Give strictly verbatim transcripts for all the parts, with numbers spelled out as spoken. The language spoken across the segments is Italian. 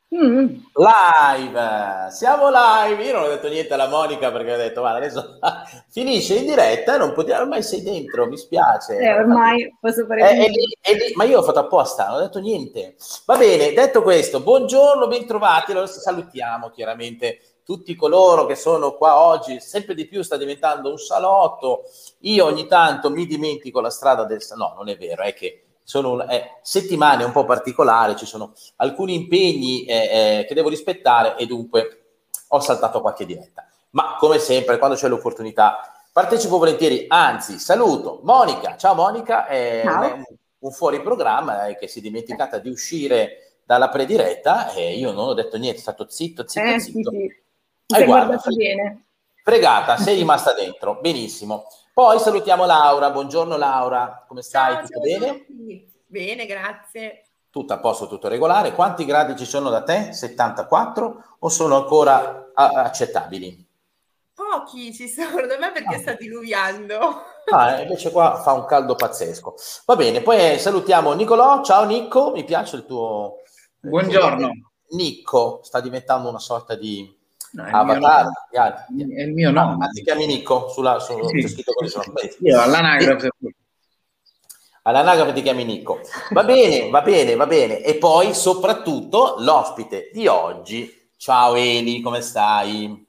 Mm. Live, siamo live. Io non ho detto niente alla Monica perché ho detto guarda adesso finisce in diretta, non potevo, ormai sei dentro, mi spiace. Eh, ormai posso fare È, è finta. lì, è lì, ma io ho fatto apposta, non ho detto niente. Va bene, detto questo, buongiorno, bentrovati. Allora salutiamo chiaramente tutti coloro che sono qua oggi. Sempre di più sta diventando un salotto. Io ogni tanto mi dimentico la strada del no, non è vero, è che sono eh, settimane un po' particolari, ci sono alcuni impegni eh, eh, che devo rispettare e dunque ho saltato qualche diretta. Ma come sempre, quando c'è l'opportunità, partecipo volentieri, anzi saluto Monica. Ciao Monica, è un, Ciao. un fuori programma eh, che si è dimenticata di uscire dalla prediretta e io non ho detto niente, è stato zitto, zitto, Eh, sì, zitto. sì. Ti E sei guarda, guardato fre- bene. fregata, sei rimasta dentro, benissimo. Poi salutiamo Laura, buongiorno Laura, come stai? Ciao, Tutto ciao a bene? tutti. Bene, grazie. Tutto a posto, tutto regolare. Quanti gradi ci sono da te? settantaquattro o sono ancora a- accettabili? Pochi ci sono da me perché sta diluviando. Ah, invece qua fa un caldo pazzesco. Va bene, poi salutiamo Nicolò. Ciao Nicco, mi piace il tuo, il tuo Buongiorno. nome. Nicco sta diventando una sorta di No, è il mio avatar. nome. di- È il mio Ah, nome. ah, ti chiami Nicco? Sulla, su, Sì, c'è sì. scritto così. Sono... Io all'anagrafe. All'anagrafe ti chiami Nicco. Va bene, va bene, va bene. E poi soprattutto l'ospite di oggi. Ciao Eli, come stai?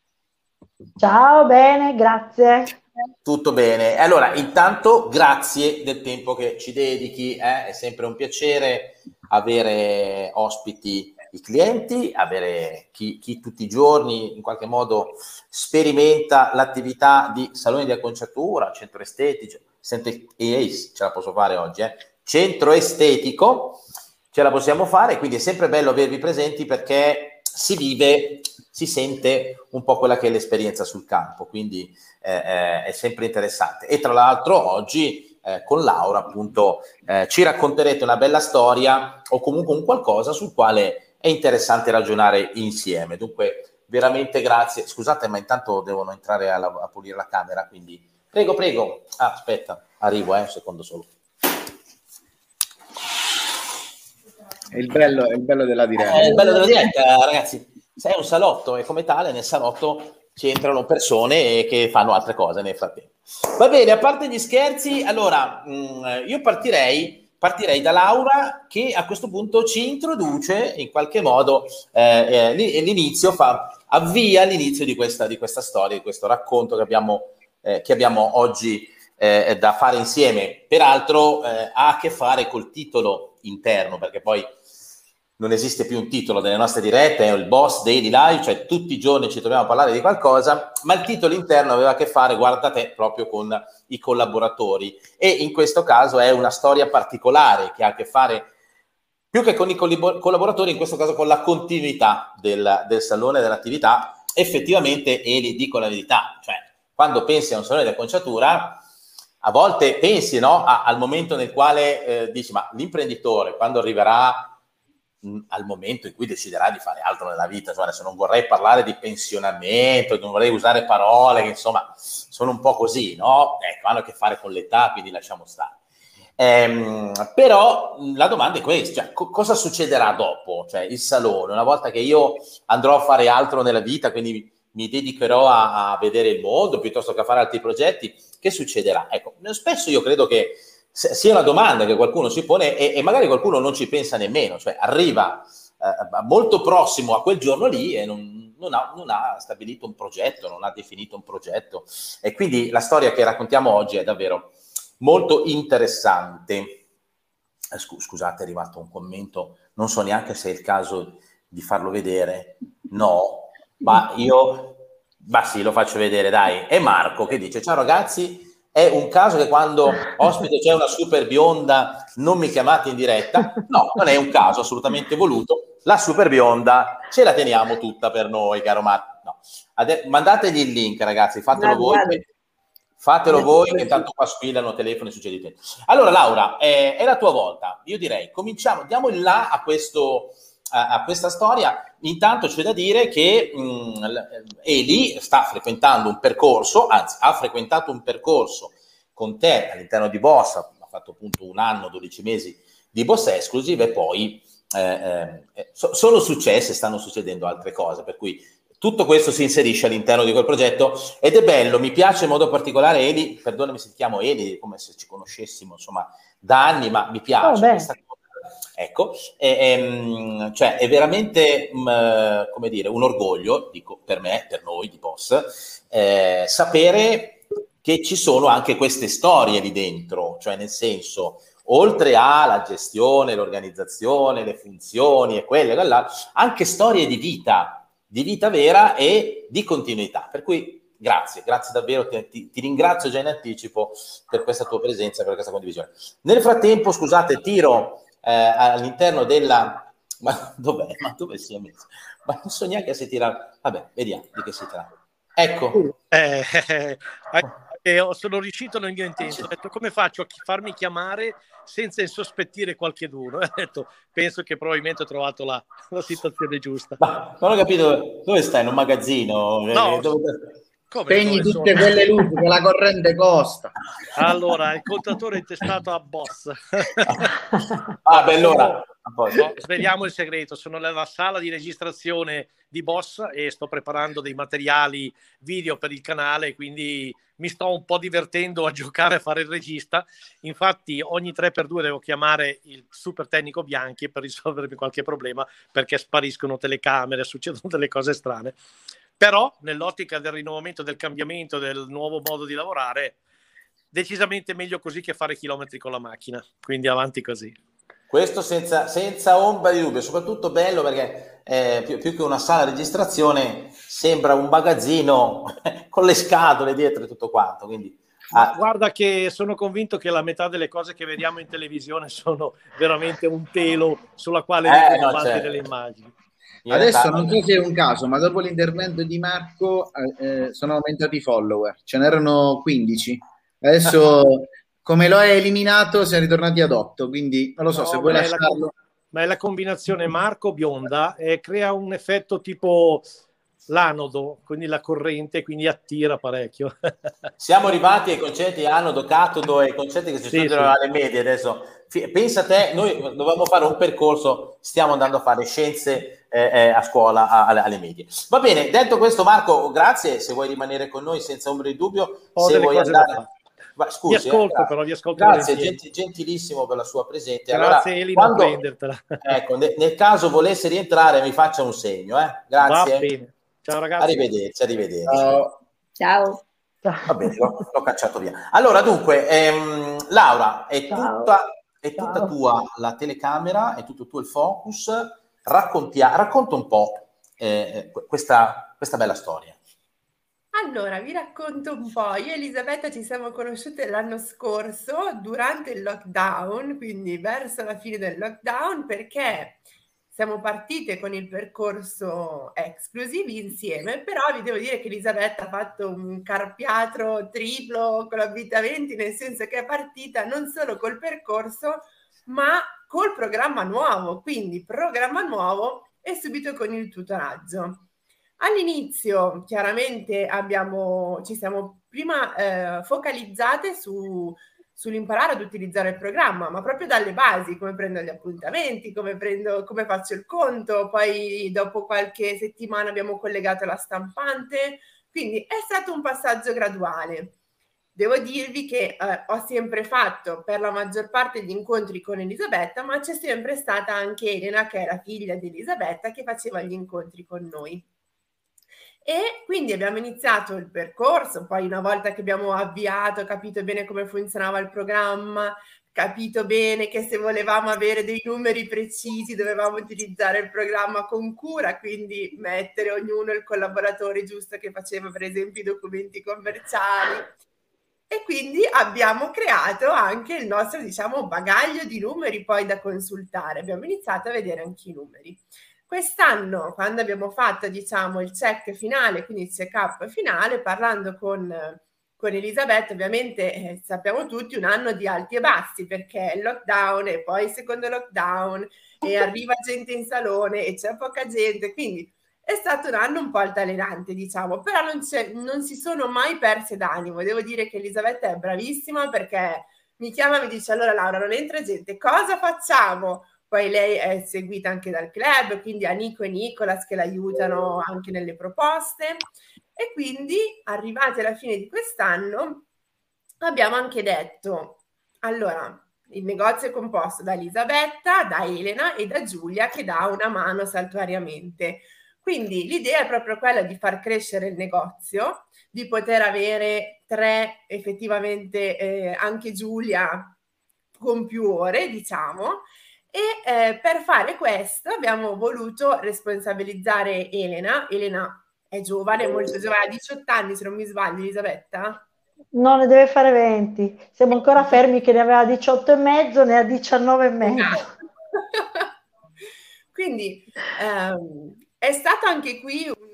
Ciao, bene, grazie. Tutto bene. Allora, intanto grazie del tempo che ci dedichi, eh? È sempre un piacere avere ospiti i clienti, avere chi, chi tutti i giorni in qualche modo sperimenta l'attività di salone di acconciatura, centro estetico, senti, eh, ce la posso fare oggi, eh? Centro estetico, ce la possiamo fare, quindi è sempre bello avervi presenti perché si vive, si sente un po' quella che è l'esperienza sul campo, quindi eh, eh, è sempre interessante. E tra l'altro oggi eh, con Laura appunto eh, ci racconterete una bella storia o comunque un qualcosa sul quale è interessante ragionare insieme. Dunque veramente grazie. Scusate, ma intanto devono entrare a, a pulire la camera, quindi prego, prego. Ah, aspetta, arrivo, eh, un secondo solo. È il bello, è il bello della diretta. È il bello della diretta, ragazzi. Se è un salotto e come tale nel salotto ci entrano persone che fanno altre cose nel frattempo. Va bene, a parte gli scherzi, allora mh, io partirei, partirei da Laura che a questo punto ci introduce in qualche modo eh, eh, l'inizio, fa, avvia l'inizio di questa, di questa storia, di questo racconto che abbiamo, eh, che abbiamo oggi eh, da fare insieme. Peraltro eh, ha a che fare col titolo interno, perché poi non esiste più un titolo delle nostre dirette, è il Boss Daily Live, cioè tutti i giorni ci troviamo a parlare di qualcosa, ma il titolo interno aveva a che fare, guarda te, proprio con i collaboratori e in questo caso è una storia particolare che ha a che fare più che con i collaboratori, in questo caso con la continuità del, del salone, dell'attività. Effettivamente, e li dico la verità, cioè quando pensi a un salone di acconciatura, a volte pensi no, a, al momento nel quale eh, dici, ma l'imprenditore quando arriverà al momento in cui deciderà di fare altro nella vita, cioè adesso non vorrei parlare di pensionamento, non vorrei usare parole che insomma sono un po' così, no? Ecco, hanno a che fare con l'età, quindi lasciamo stare. Ehm, però la domanda è questa, cioè, co- cosa succederà dopo? Cioè il salone, una volta che io andrò a fare altro nella vita, quindi mi dedicherò a, a vedere il mondo piuttosto che a fare altri progetti, che succederà? Ecco, spesso io credo che sia una domanda che qualcuno si pone e, e magari qualcuno non ci pensa nemmeno, cioè arriva eh, molto prossimo a quel giorno lì e non, non, ha, non ha stabilito un progetto, non ha definito un progetto e quindi la storia che raccontiamo oggi è davvero molto interessante. Eh, scu- scusate, è arrivato un commento, non so neanche se è il caso di farlo vedere, no, ma io, ma sì, lo faccio vedere, dai, è Marco che dice, ciao ragazzi, è un caso che quando ospite c'è una super bionda non mi chiamate in diretta? No, non è un caso assolutamente voluto. La super bionda ce la teniamo tutta per noi, caro Marco. No. Ade- mandategli il link, ragazzi, fatelo Guarda, voi. guarda. Che, fatelo voi, che intanto qua squillano telefono e succede di tutto. Allora, Laura, eh, è la tua volta. Io direi, cominciamo, diamo il là a questo a, a questa storia. Intanto c'è da dire che mh, Eli sta frequentando un percorso, anzi ha frequentato un percorso con te all'interno di Boss, ha fatto appunto un anno, dodici mesi di Boss Exclusive e poi eh, eh, so, sono successe, stanno succedendo altre cose, per cui tutto questo si inserisce all'interno di quel progetto ed è bello. Mi piace in modo particolare Eli, perdonami se ti chiamo Eli, come se ci conoscessimo insomma da anni, ma mi piace oh, questa cosa. Ecco, è, è, cioè è veramente mh, come dire, un orgoglio, dico per me, per noi di Boss, eh, sapere che ci sono anche queste storie lì dentro, cioè nel senso, oltre alla gestione, l'organizzazione, le funzioni e quelle, quella, anche storie di vita, di vita vera e di continuità. Per cui grazie, grazie davvero, ti, ti, ti ringrazio già in anticipo per questa tua presenza, per questa condivisione. Nel frattempo, scusate, tiro eh, all'interno della... Ma dov'è? Ma dove si è messo? Ma non so neanche se tira... Vabbè, vediamo di che si tratta. Ecco. Eh, eh, eh, sono riuscito nel mio intento. Ho detto, come faccio a farmi chiamare senza insospettire qualcheduno? Ho detto, penso che probabilmente ho trovato la, la situazione giusta. Ma non ho capito, dove stai? In un magazzino? No, dove... Spegni tutte sono? Quelle luci che la corrente costa. Allora, il contatore è intestato a Boss. Ah, beh, allora. No, sveliamo il segreto. Sono nella sala di registrazione di Boss e sto preparando dei materiali video per il canale, quindi mi sto un po' divertendo a giocare a fare il regista. Infatti ogni tre per due devo chiamare il super tecnico Bianchi per risolvermi qualche problema, perché spariscono telecamere, succedono delle cose strane. Però nell'ottica del rinnovamento, del cambiamento, del nuovo modo di lavorare, decisamente meglio così che fare chilometri con la macchina, quindi avanti così. Questo senza, senza ombra di dubbio, soprattutto bello perché eh, più, più che una sala di registrazione sembra un magazzino con le scatole dietro e tutto quanto. Quindi, ah. Guarda che sono convinto che la metà delle cose che vediamo in televisione sono veramente un telo sulla quale eh, vengono no, fatte certo. delle immagini. Adesso non so se è un caso, ma dopo l'intervento di Marco eh, sono aumentati i follower, ce n'erano quindici, adesso come lo hai eliminato si è ritornati ad otto, quindi non lo so, no, se vuoi ma lasciarlo. È la, ma è la combinazione Marco Bionda e crea un effetto tipo l'anodo, quindi la corrente, quindi attira parecchio. Siamo arrivati ai concetti anodo, catodo e concetti che si sì, studiano sì. alle medie adesso. Pensa te, noi dovevamo fare un percorso, stiamo andando a fare scienze eh, eh, a scuola, a, a, alle medie. Va bene, detto questo Marco, grazie, se vuoi rimanere con noi senza ombra di dubbio, Ho se vuoi andare... Ma, scusi, vi ascolto, eh, però vi ascolto. Grazie, genti, gentilissimo per la sua presenza. Grazie, allora, Eli, quando, non prendertela. Ecco, ne, nel caso volesse rientrare mi faccia un segno, eh? Grazie. Va bene. Ciao ragazzi. Arrivederci, arrivederci. Ciao. Ciao. Va bene, l'ho, l'ho cacciato via. Allora, dunque, ehm, Laura, è tutta, è tutta tua la telecamera, è tutto tuo il focus. Raccontia, racconta un po' eh, questa, questa bella storia. Allora, vi racconto un po'. Io e Elisabetta ci siamo conosciute l'anno scorso durante il lockdown, quindi verso la fine del lockdown, perché siamo partite con il percorso Exclusive insieme, però vi devo dire che Elisabetta ha fatto un carpiatro triplo con la Vita venti, nel senso che è partita non solo col percorso, ma col programma nuovo, quindi programma nuovo e subito con il tutoraggio. All'inizio chiaramente abbiamo, ci siamo prima eh, focalizzate su, sull'imparare ad utilizzare il programma, ma proprio dalle basi, come prendo gli appuntamenti, come, prendo, come faccio il conto, poi dopo qualche settimana abbiamo collegato la stampante, quindi è stato un passaggio graduale. Devo dirvi che eh, ho sempre fatto per la maggior parte gli incontri con Elisabetta, ma c'è sempre stata anche Elena, che è la figlia di Elisabetta, che faceva gli incontri con noi. E quindi abbiamo iniziato il percorso, poi una volta che abbiamo avviato, capito bene come funzionava il programma, capito bene che se volevamo avere dei numeri precisi dovevamo utilizzare il programma con cura, quindi mettere ognuno il collaboratore giusto che faceva per esempio i documenti commerciali. E quindi abbiamo creato anche il nostro, diciamo, bagaglio di numeri poi da consultare. Abbiamo iniziato a vedere anche i numeri. Quest'anno, quando abbiamo fatto, diciamo, il check finale, quindi il check-up finale, parlando con, con Elisabetta, ovviamente eh, sappiamo tutti un anno di alti e bassi, perché il lockdown e poi il secondo lockdown e arriva gente in salone e c'è poca gente, quindi è stato un anno un po' altalenante, diciamo, però non, c'è, non si sono mai perse d'animo. Devo dire che Elisabetta è bravissima perché mi chiama e mi dice: allora Laura, non entra gente, cosa facciamo? poi lei è seguita anche dal club, quindi ha Nico e Nicolas che l'aiutano anche nelle proposte, e quindi arrivati alla fine di quest'anno abbiamo anche detto, allora, il negozio è composto da Elisabetta, da Elena e da Giulia che dà una mano saltuariamente. Quindi l'idea è proprio quella di far crescere il negozio, di poter avere tre, effettivamente eh, anche Giulia con più ore, diciamo, e eh, per fare questo abbiamo voluto responsabilizzare Elena. Elena è giovane, molto giovane, ha diciotto anni se non mi sbaglio, Elisabetta? No, ne deve fare venti. Siamo ancora fermi che ne aveva diciotto e mezzo, ne ha diciannove e mezzo. Quindi ehm, è stata anche qui un,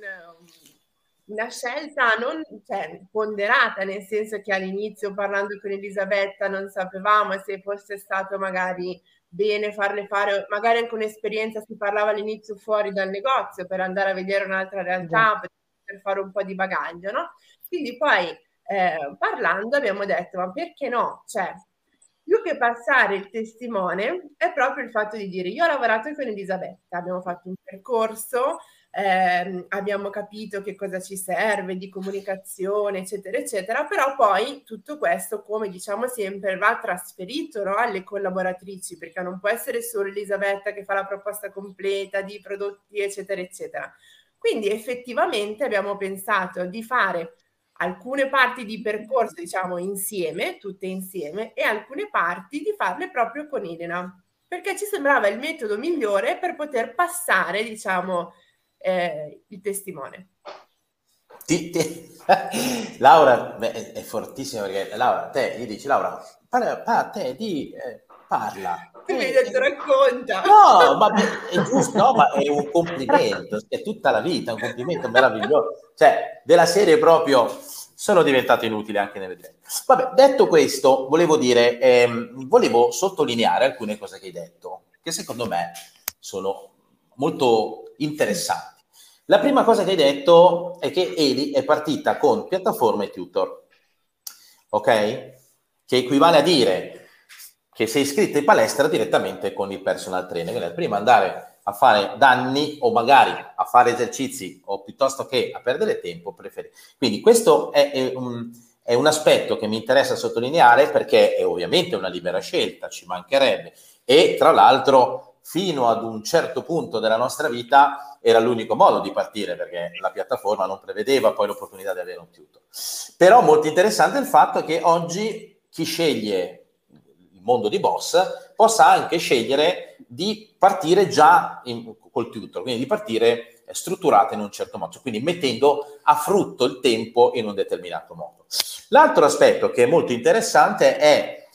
una scelta non, cioè, ponderata, nel senso che all'inizio, parlando con Elisabetta, non sapevamo se fosse stato magari bene farle fare magari anche un'esperienza, si parlava all'inizio fuori dal negozio per andare a vedere un'altra realtà, per, per fare un po' di bagaglio, no? Quindi poi eh, parlando abbiamo detto, ma perché no? Cioè, più che passare il testimone è proprio il fatto di dire, io ho lavorato con Elisabetta, abbiamo fatto un percorso, ehm, abbiamo capito che cosa ci serve di comunicazione, eccetera, eccetera, però poi tutto questo, come diciamo sempre, va trasferito, no, alle collaboratrici, perché non può essere solo Elisabetta che fa la proposta completa di prodotti, eccetera, eccetera. Quindi effettivamente abbiamo pensato di fare alcune parti di percorso, diciamo, insieme, tutte insieme, e alcune parti di farle proprio con Elena, perché ci sembrava il metodo migliore per poter passare, diciamo, eh, il testimone. Ti, ti... Laura beh, è fortissima, perché Laura, te gli dici, Laura, parla, parla te, di, eh, parla. Tu mi hai detto racconta. No, ma è giusto, no, ma è un complimento, è tutta la vita, un complimento meraviglioso. Cioè, della serie proprio sono diventato inutile anche nelle dirette. Vabbè, detto questo, volevo dire, ehm, volevo sottolineare alcune cose che hai detto, che secondo me sono molto interessanti. La prima cosa che hai detto è che Eli è partita con piattaforme tutor, ok? Che equivale a dire che sei iscritta in palestra direttamente con il personal trainer. Quindi prima andare a fare danni o magari a fare esercizi o piuttosto che a perdere tempo, preferi. Quindi questo è, è, un, è un aspetto che mi interessa sottolineare, perché è ovviamente una libera scelta, ci mancherebbe, e tra l'altro fino ad un certo punto della nostra vita era l'unico modo di partire, perché la piattaforma non prevedeva poi l'opportunità di avere un tutor. Però molto interessante il fatto che oggi chi sceglie il mondo di Boss possa anche scegliere di partire già in, col tutor, quindi di partire strutturata in un certo modo, quindi mettendo a frutto il tempo in un determinato modo. L'altro aspetto che è molto interessante è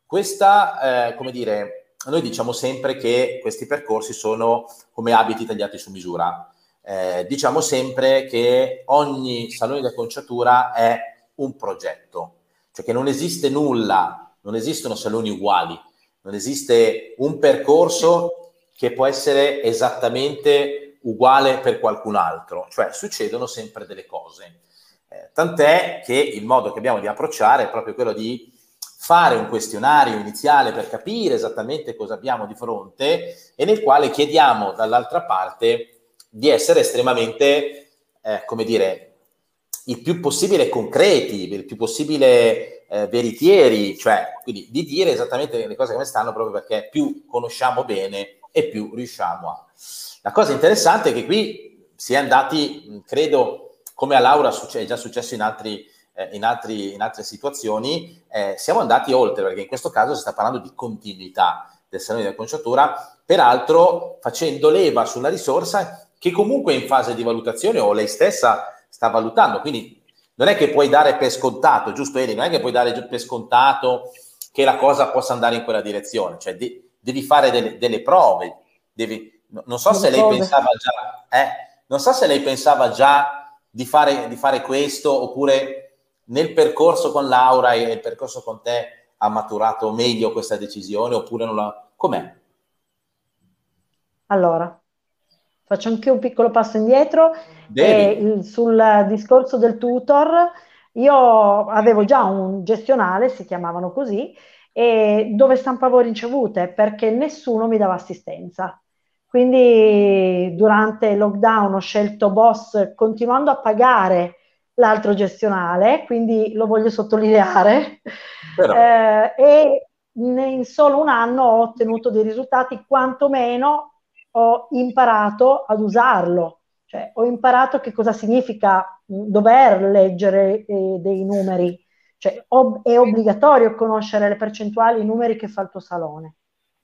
questa, eh, come dire, noi diciamo sempre che questi percorsi sono come abiti tagliati su misura. Eh, diciamo sempre che ogni salone di acconciatura è un progetto, cioè che non esiste nulla, non esistono saloni uguali, non esiste un percorso che può essere esattamente uguale per qualcun altro, cioè succedono sempre delle cose. Eh, tant'è che il modo che abbiamo di approcciare è proprio quello di fare un questionario iniziale per capire esattamente cosa abbiamo di fronte e nel quale chiediamo dall'altra parte di essere estremamente, eh, come dire, il più possibile concreti, il più possibile eh, veritieri, cioè quindi di dire esattamente le cose come stanno, proprio perché più conosciamo bene e più riusciamo a... La cosa interessante è che qui si è andati, credo, come a Laura è già successo in altri In, altri, in altre situazioni, eh, siamo andati oltre, perché in questo caso si sta parlando di continuità del salone di acconciatura, peraltro facendo leva su una risorsa che comunque è in fase di valutazione o lei stessa sta valutando, quindi non è che puoi dare per scontato, giusto Eli? Non è che puoi dare per scontato che la cosa possa andare in quella direzione, cioè di, devi fare delle, delle prove, devi, non so se lei pensava già, eh, non so se lei pensava già di fare, di fare questo, oppure nel percorso con Laura e il percorso con te ha maturato meglio questa decisione, oppure non la... Com'è? Allora, faccio anche un piccolo passo indietro. Eh, il, sul discorso del tutor, io avevo già un gestionale, si chiamavano così, e dove stampavo ricevute perché nessuno mi dava assistenza. Quindi durante il lockdown ho scelto Boss continuando a pagare l'altro gestionale, quindi lo voglio sottolineare, eh, e in solo un anno ho ottenuto dei risultati, quantomeno ho imparato ad usarlo, cioè ho imparato che cosa significa dover leggere eh, dei numeri, cioè ob- è obbligatorio conoscere le percentuali, i numeri che fa il tuo salone.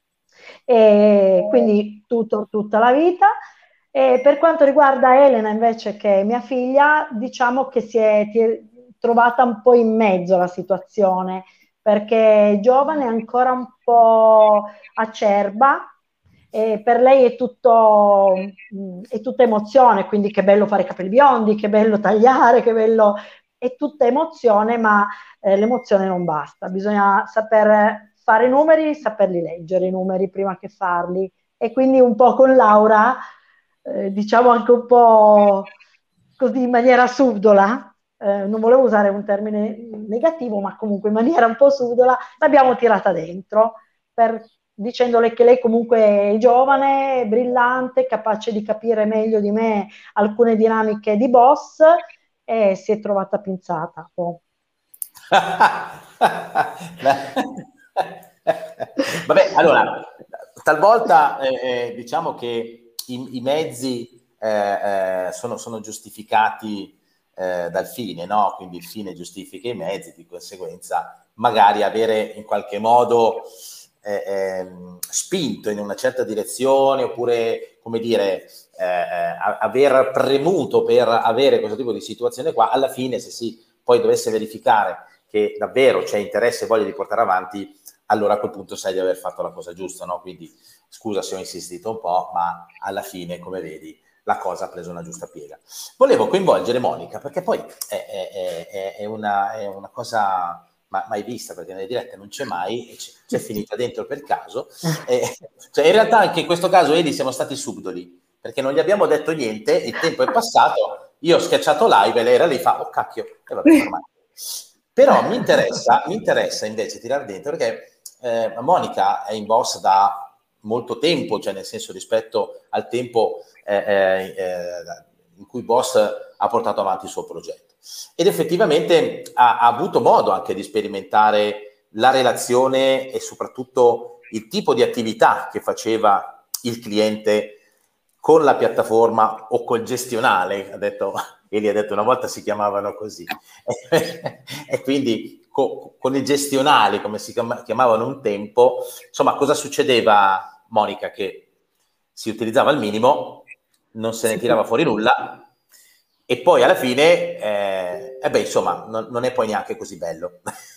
E quindi tutto, tutta la vita. E per quanto riguarda Elena invece, che è mia figlia, diciamo che si è, si è trovata un po' in mezzo alla situazione, perché è giovane, ancora un po' acerba, e per lei è tutto è tutta emozione, quindi che bello fare i capelli biondi, che bello tagliare, che bello, è tutta emozione, ma eh, l'emozione non basta, bisogna saper fare i numeri, saperli leggere i numeri prima che farli, e quindi un po' con Laura, eh, diciamo anche un po' così in maniera subdola, eh, non volevo usare un termine negativo, ma comunque in maniera un po' subdola, l'abbiamo tirata dentro, per, dicendole che lei comunque è giovane, è brillante, capace di capire meglio di me alcune dinamiche di Boss, e si è trovata pinzata. Oh. Vabbè, allora, talvolta eh, eh, diciamo che i, i mezzi eh, eh, sono, sono giustificati eh, dal fine, no? Quindi il fine giustifica i mezzi, di conseguenza magari avere in qualche modo eh, eh, spinto in una certa direzione, oppure, come dire, eh, eh, aver premuto per avere questo tipo di situazione qua, alla fine, se si poi dovesse verificare che davvero c'è interesse e voglia di portare avanti, allora a quel punto sai di aver fatto la cosa giusta, no? Quindi scusa se ho insistito un po', ma alla fine, come vedi, la cosa ha preso una giusta piega. Volevo coinvolgere Monica, perché poi è, è, è, è, una, è una cosa mai vista, perché nelle dirette non c'è mai, e c'è, c'è finita dentro per caso. E, cioè in realtà anche in questo caso, Eli, siamo stati subdoli, perché non gli abbiamo detto niente, il tempo è passato, io ho schiacciato live e lei era lì, fa, oh cacchio, e vabbè, ormai. Però mi interessa, mi interessa invece tirare dentro, perché eh, Monica è in Boss da molto tempo, cioè nel senso rispetto al tempo eh, eh, in cui Boss ha portato avanti il suo progetto. Ed effettivamente ha, ha avuto modo anche di sperimentare la relazione e soprattutto il tipo di attività che faceva il cliente con la piattaforma o col gestionale, ha detto... Eli ha detto una volta si chiamavano così, e quindi co- con i gestionali, come si chiamavano un tempo, insomma, cosa succedeva, Monica? Che si utilizzava il minimo, non se ne tirava fuori nulla, e poi alla fine, eh, eh beh, insomma, non, non è poi neanche così bello,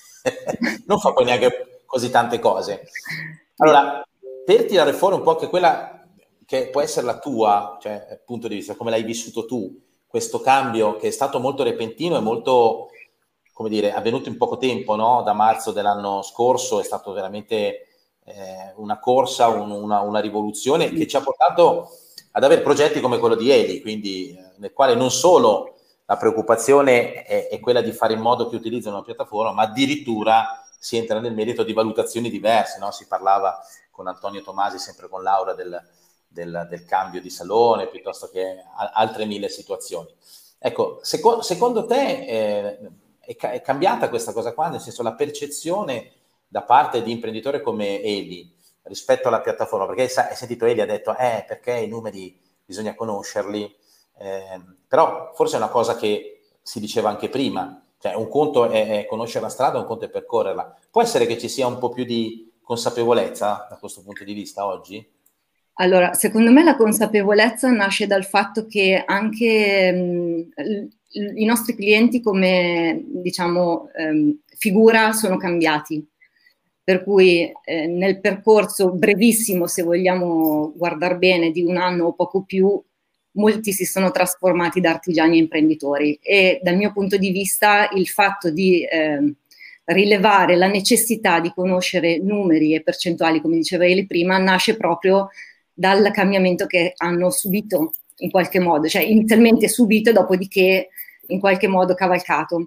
non fa poi neanche così tante cose. Allora, per tirare fuori un po' che quella che può essere la tua, cioè, punto di vista, come l'hai vissuto tu, questo cambio che è stato molto repentino e molto, come dire, avvenuto in poco tempo, no? Da marzo dell'anno scorso è stato veramente eh, una corsa, un, una, una rivoluzione che ci ha portato ad avere progetti come quello di Eli, quindi eh, nel quale non solo la preoccupazione è, è quella di fare in modo che utilizzino una piattaforma, ma addirittura si entra nel merito di valutazioni diverse, no? Si parlava con Antonio Tomasi, sempre con Laura, del Del, del cambio di salone, piuttosto che a, altre mille situazioni. Ecco, seco, secondo te eh, è, è cambiata questa cosa qua, nel senso la percezione da parte di imprenditore come Eli rispetto alla piattaforma? Perché hai sentito Eli ha detto, eh, perché i numeri bisogna conoscerli, eh, però forse è una cosa che si diceva anche prima, cioè un conto è, è conoscere la strada, un conto è percorrerla. Può essere che ci sia un po' più di consapevolezza da questo punto di vista oggi? Allora, secondo me la consapevolezza nasce dal fatto che anche mh, i nostri clienti come, diciamo, ehm, figura sono cambiati. Per cui eh, nel percorso brevissimo, se vogliamo guardare bene, di un anno o poco più, molti si sono trasformati da artigiani a imprenditori. E dal mio punto di vista il fatto di eh, rilevare la necessità di conoscere numeri e percentuali, come diceva Eli prima, nasce proprio dal cambiamento che hanno subito in qualche modo, cioè inizialmente subito e dopodiché in qualche modo cavalcato.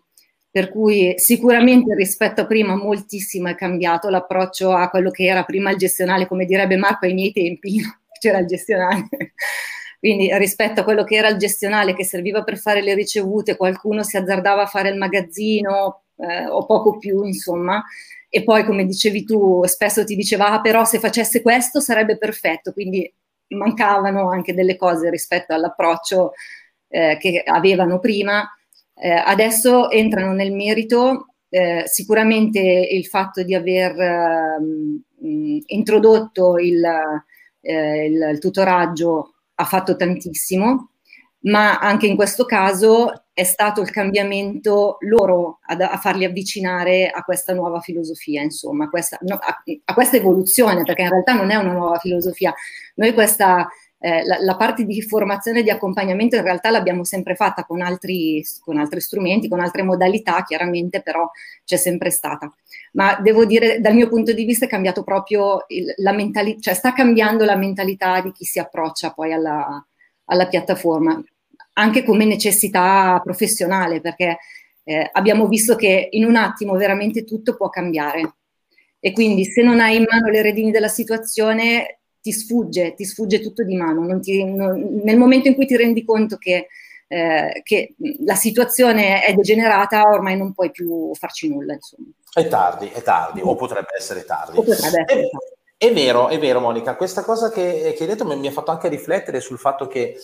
Per cui sicuramente rispetto a prima moltissimo è cambiato l'approccio a quello che era prima il gestionale, come direbbe Marco ai miei tempi, c'era il gestionale. Quindi rispetto a quello che era il gestionale che serviva per fare le ricevute, qualcuno si azzardava a fare il magazzino eh, o poco più, insomma, e poi come dicevi tu spesso ti diceva ah, però se facesse questo sarebbe perfetto, quindi mancavano anche delle cose rispetto all'approccio eh, che avevano prima. Eh, adesso entrano nel merito eh, sicuramente il fatto di aver eh, mh, introdotto il, eh, il, il tutoraggio ha fatto tantissimo, ma anche in questo caso è stato il cambiamento loro ad, a farli avvicinare a questa nuova filosofia, insomma, a questa, no, a, a questa evoluzione, perché in realtà non è una nuova filosofia. Noi questa Eh, la, la parte di formazione e di accompagnamento in realtà l'abbiamo sempre fatta con altri, con altri strumenti, con altre modalità, chiaramente, però c'è sempre stata. Ma devo dire, dal mio punto di vista è cambiato proprio il, la mentalità, cioè sta cambiando la mentalità di chi si approccia poi alla, alla piattaforma, anche come necessità professionale, perché eh, abbiamo visto che in un attimo veramente tutto può cambiare. E quindi se non hai in mano le redini della situazione ti sfugge, ti sfugge tutto di mano. Non ti, non, nel momento in cui ti rendi conto che, eh, che la situazione è degenerata, ormai non puoi più farci nulla, insomma. È tardi, è tardi, o potrebbe essere tardi. O potrebbe essere è, tardi. È vero, è vero Monica, questa cosa che, che hai detto mi, mi ha fatto anche riflettere sul fatto che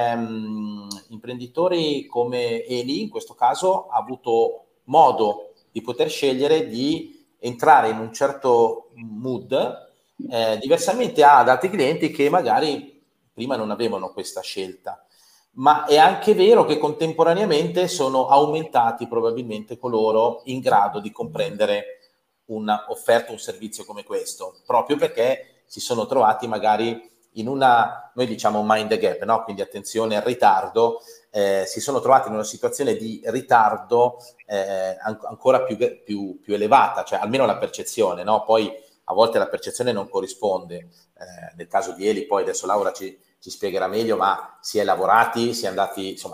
ehm, imprenditori come Eli, in questo caso, ha avuto modo di poter scegliere di entrare in un certo mood Eh, diversamente ad altri clienti che magari prima non avevano questa scelta. Ma è anche vero che contemporaneamente sono aumentati probabilmente coloro in grado di comprendere una offerta, un servizio come questo, proprio perché si sono trovati magari in una, noi diciamo mind gap, no? Quindi attenzione al ritardo, eh, si sono trovati in una situazione di ritardo eh, an- ancora più, più, più elevata, cioè almeno la percezione, no? Poi a volte la percezione non corrisponde, eh, nel caso di Eli poi adesso Laura ci, ci spiegherà meglio, ma si è lavorati, si è andati, insomma,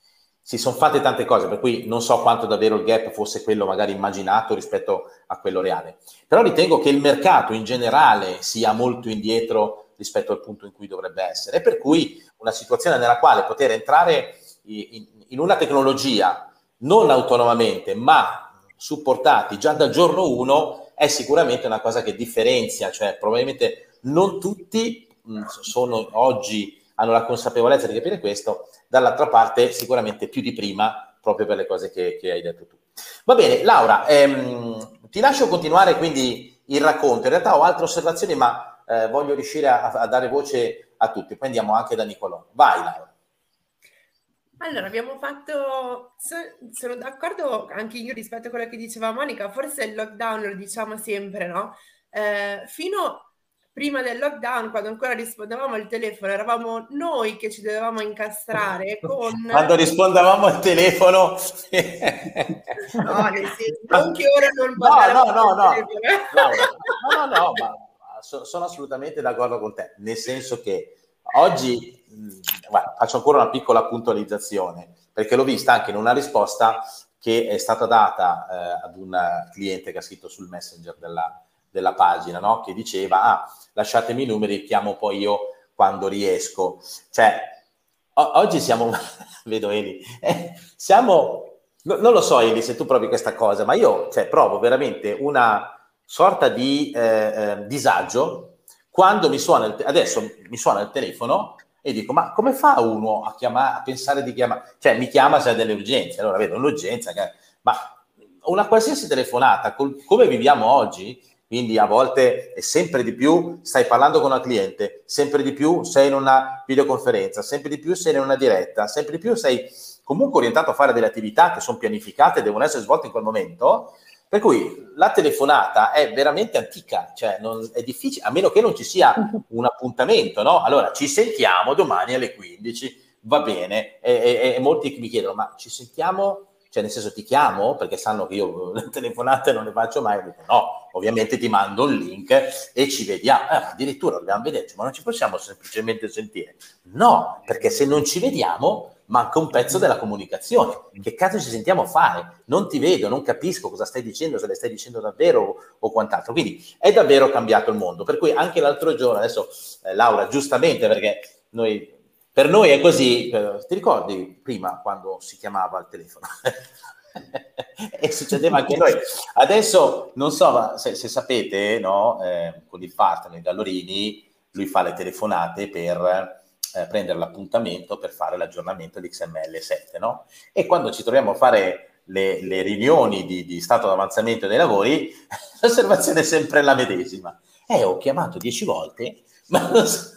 si sono fatte tante cose, per cui non so quanto davvero il gap fosse quello magari immaginato rispetto a quello reale, però ritengo che il mercato in generale sia molto indietro rispetto al punto in cui dovrebbe essere, e per cui una situazione nella quale poter entrare in, in una tecnologia non autonomamente, ma supportati già dal giorno uno, è sicuramente una cosa che differenzia, cioè probabilmente non tutti mh, sono oggi hanno la consapevolezza di capire questo, dall'altra parte sicuramente più di prima, proprio per le cose che, che hai detto tu. Va bene, Laura, ehm, ti lascio continuare quindi il racconto. In realtà ho altre osservazioni, ma eh, voglio riuscire a, a dare voce a tutti. Poi andiamo anche da Nicolò. Vai, Laura. Allora, abbiamo fatto, so, sono d'accordo anche io rispetto a quello che diceva Monica, forse il lockdown lo diciamo sempre, no? Eh, fino prima del lockdown, quando ancora rispondevamo al telefono, eravamo noi che ci dovevamo incastrare con... Quando rispondevamo al telefono... no, nel senso, non che ora non no, no, no, no. Laura, no, no, no, ma so, sono assolutamente d'accordo con te, nel senso che oggi... Guarda, faccio ancora una piccola puntualizzazione, perché l'ho vista anche in una risposta che è stata data eh, ad un cliente che ha scritto sul messenger della, della pagina, no? Che diceva, ah, lasciatemi i numeri, chiamo poi io quando riesco. Cioè, o- oggi siamo, vedo Eli, eh, siamo, no, non lo so Eli se tu provi questa cosa, ma io cioè, provo veramente una sorta di eh, eh, disagio quando mi suona, il te- adesso mi suona il telefono e dico, ma come fa uno a chiamare, a pensare di chiamare? Cioè, mi chiama se ha delle urgenze, allora vedo un'urgenza, ma una qualsiasi telefonata, col, come viviamo oggi, quindi a volte e sempre di più stai parlando con una cliente, sempre di più sei in una videoconferenza, sempre di più sei in una diretta, sempre di più sei comunque orientato a fare delle attività che sono pianificate e devono essere svolte in quel momento, per cui la telefonata è veramente antica, cioè non, è difficile, a meno che non ci sia un appuntamento, no? Allora ci sentiamo domani alle quindici, va bene, e, e, e molti mi chiedono, ma ci sentiamo, cioè nel senso ti chiamo? Perché sanno che io le telefonate non le faccio mai, dico, no, ovviamente ti mando un link e ci vediamo, eh, addirittura dobbiamo vederci, ma non ci possiamo semplicemente sentire? No, perché se non ci vediamo manca un pezzo della comunicazione. Che cazzo ci sentiamo a fare? Non ti vedo, non capisco cosa stai dicendo, se le stai dicendo davvero o, o quant'altro. Quindi è davvero cambiato il mondo. Per cui anche l'altro giorno, adesso eh, Laura, giustamente, perché noi, per noi è così, eh, ti ricordi prima quando si chiamava al telefono? E succedeva anche a noi. Adesso non so se, se sapete, no? Eh, con il partner Gallorini, lui fa le telefonate per eh, prendere l'appuntamento per fare l'aggiornamento di X M L sette, no? E quando ci troviamo a fare le, le riunioni di, di stato d'avanzamento dei lavori, l'osservazione è sempre la medesima. Eh, ho chiamato dieci volte, ma non so,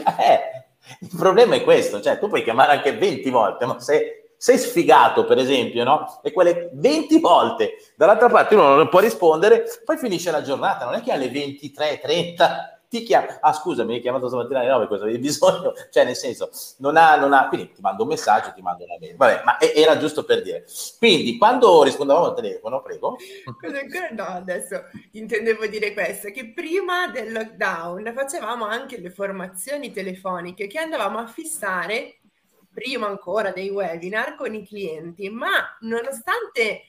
eh, il problema è questo, cioè tu puoi chiamare anche venti volte, ma se sei sfigato, per esempio, no? E quelle venti volte dall'altra parte uno non può rispondere, poi finisce la giornata, non è che alle ventitré e trenta ti chiama, ah scusa, mi hai chiamato stamattina alle nove, cosa avevi bisogno? Cioè, nel senso, non ha, non ha, quindi ti mando un messaggio, ti mando una mail, vabbè, ma era giusto per dire. Quindi, quando rispondevamo al telefono, prego. No, adesso intendevo dire questo, che prima del lockdown facevamo anche le formazioni telefoniche che andavamo a fissare prima ancora dei webinar con i clienti, ma nonostante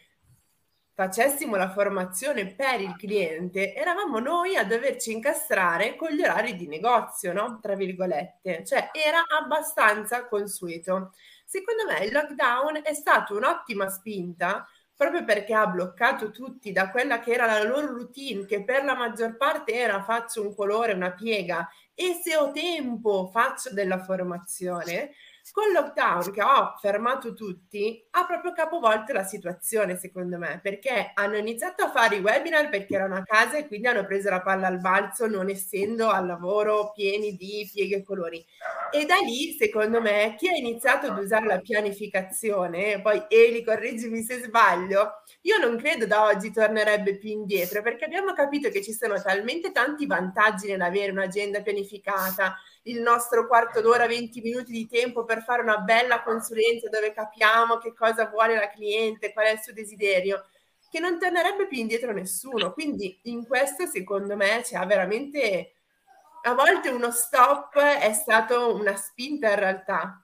facessimo la formazione per il cliente, eravamo noi a doverci incastrare con gli orari di negozio, no? Tra virgolette, cioè era abbastanza consueto. Secondo me il lockdown è stato un'ottima spinta proprio perché ha bloccato tutti da quella che era la loro routine, che per la maggior parte era faccio un colore, una piega e se ho tempo faccio della formazione. Con il lockdown che ha fermato tutti ha proprio capovolto la situazione, secondo me, perché hanno iniziato a fare i webinar perché erano a casa e quindi hanno preso la palla al balzo non essendo al lavoro pieni di pieghe e colori. E da lì, secondo me, chi ha iniziato ad usare la pianificazione, poi Eli, correggimi se sbaglio, io non credo da oggi tornerebbe più indietro, perché abbiamo capito che ci sono talmente tanti vantaggi nell'avere un'agenda pianificata, il nostro quarto d'ora, venti minuti di tempo per fare una bella consulenza dove capiamo che cosa vuole la cliente, qual è il suo desiderio, che non tornerebbe più indietro nessuno. Quindi in questo, secondo me, c'è veramente... A volte uno stop è stato una spinta in realtà.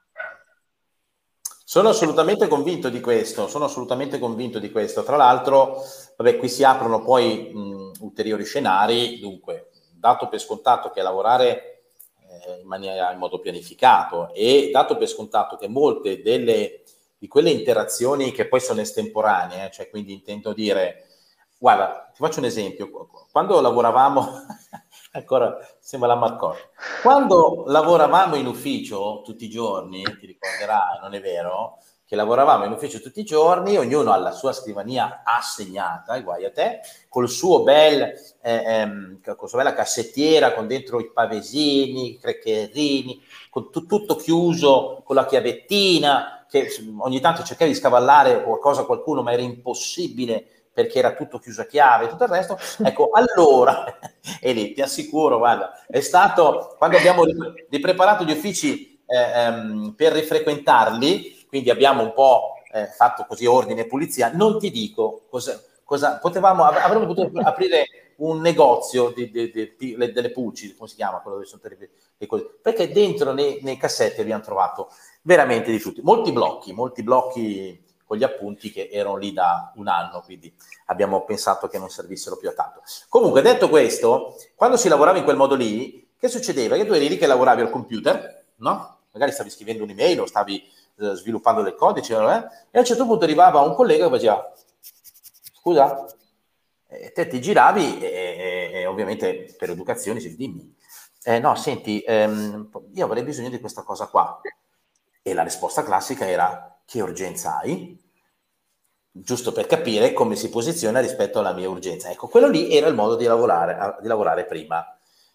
Sono assolutamente convinto di questo, sono assolutamente convinto di questo. Tra l'altro, vabbè, qui si aprono poi mh, ulteriori scenari, dunque, dato per scontato che lavorare eh, in maniera in modo pianificato e dato per scontato che molte delle di quelle interazioni che poi sono estemporanee, eh, cioè quindi intendo dire, guarda, ti faccio un esempio, quando lavoravamo ancora sembra la Marconi. Quando lavoravamo in ufficio tutti i giorni, ti ricorderai, non è vero? Che lavoravamo in ufficio tutti i giorni, ognuno ha la sua scrivania assegnata, guai a te, col suo bel, eh, ehm, con la sua bella cassettiera, con dentro i pavesini, i craccherini, con t- tutto chiuso, con la chiavettina, che ogni tanto cercavi di scavallare qualcosa a qualcuno, ma era impossibile, perché era tutto chiuso a chiave e tutto il resto. Ecco, allora, e lì ti assicuro, guarda, è stato, quando abbiamo ripreparato gli uffici eh, ehm, per rifrequentarli, quindi abbiamo un po' eh, fatto così ordine e pulizia, non ti dico cosa, cosa potevamo, avremmo potuto aprire un negozio di, di, di, di, delle pulci, come si chiama, quello dove sono le, le cose, perché dentro nei, nei cassetti abbiamo trovato veramente di tutti, molti blocchi, molti blocchi con gli appunti che erano lì da un anno, quindi abbiamo pensato che non servissero più a tanto. Comunque, detto questo, quando si lavorava in quel modo lì, che succedeva? Che tu eri lì che lavoravi al computer, no? Magari stavi scrivendo un'email o stavi eh, sviluppando del codice, eh? E a un certo punto arrivava un collega che faceva, scusa, e te ti giravi e, e, e ovviamente per educazione si dimmi, eh, no, senti, ehm, io avrei bisogno di questa cosa qua. E la risposta classica era, che urgenza hai? Giusto per capire come si posiziona rispetto alla mia urgenza. Ecco, quello lì era il modo di lavorare, di lavorare prima,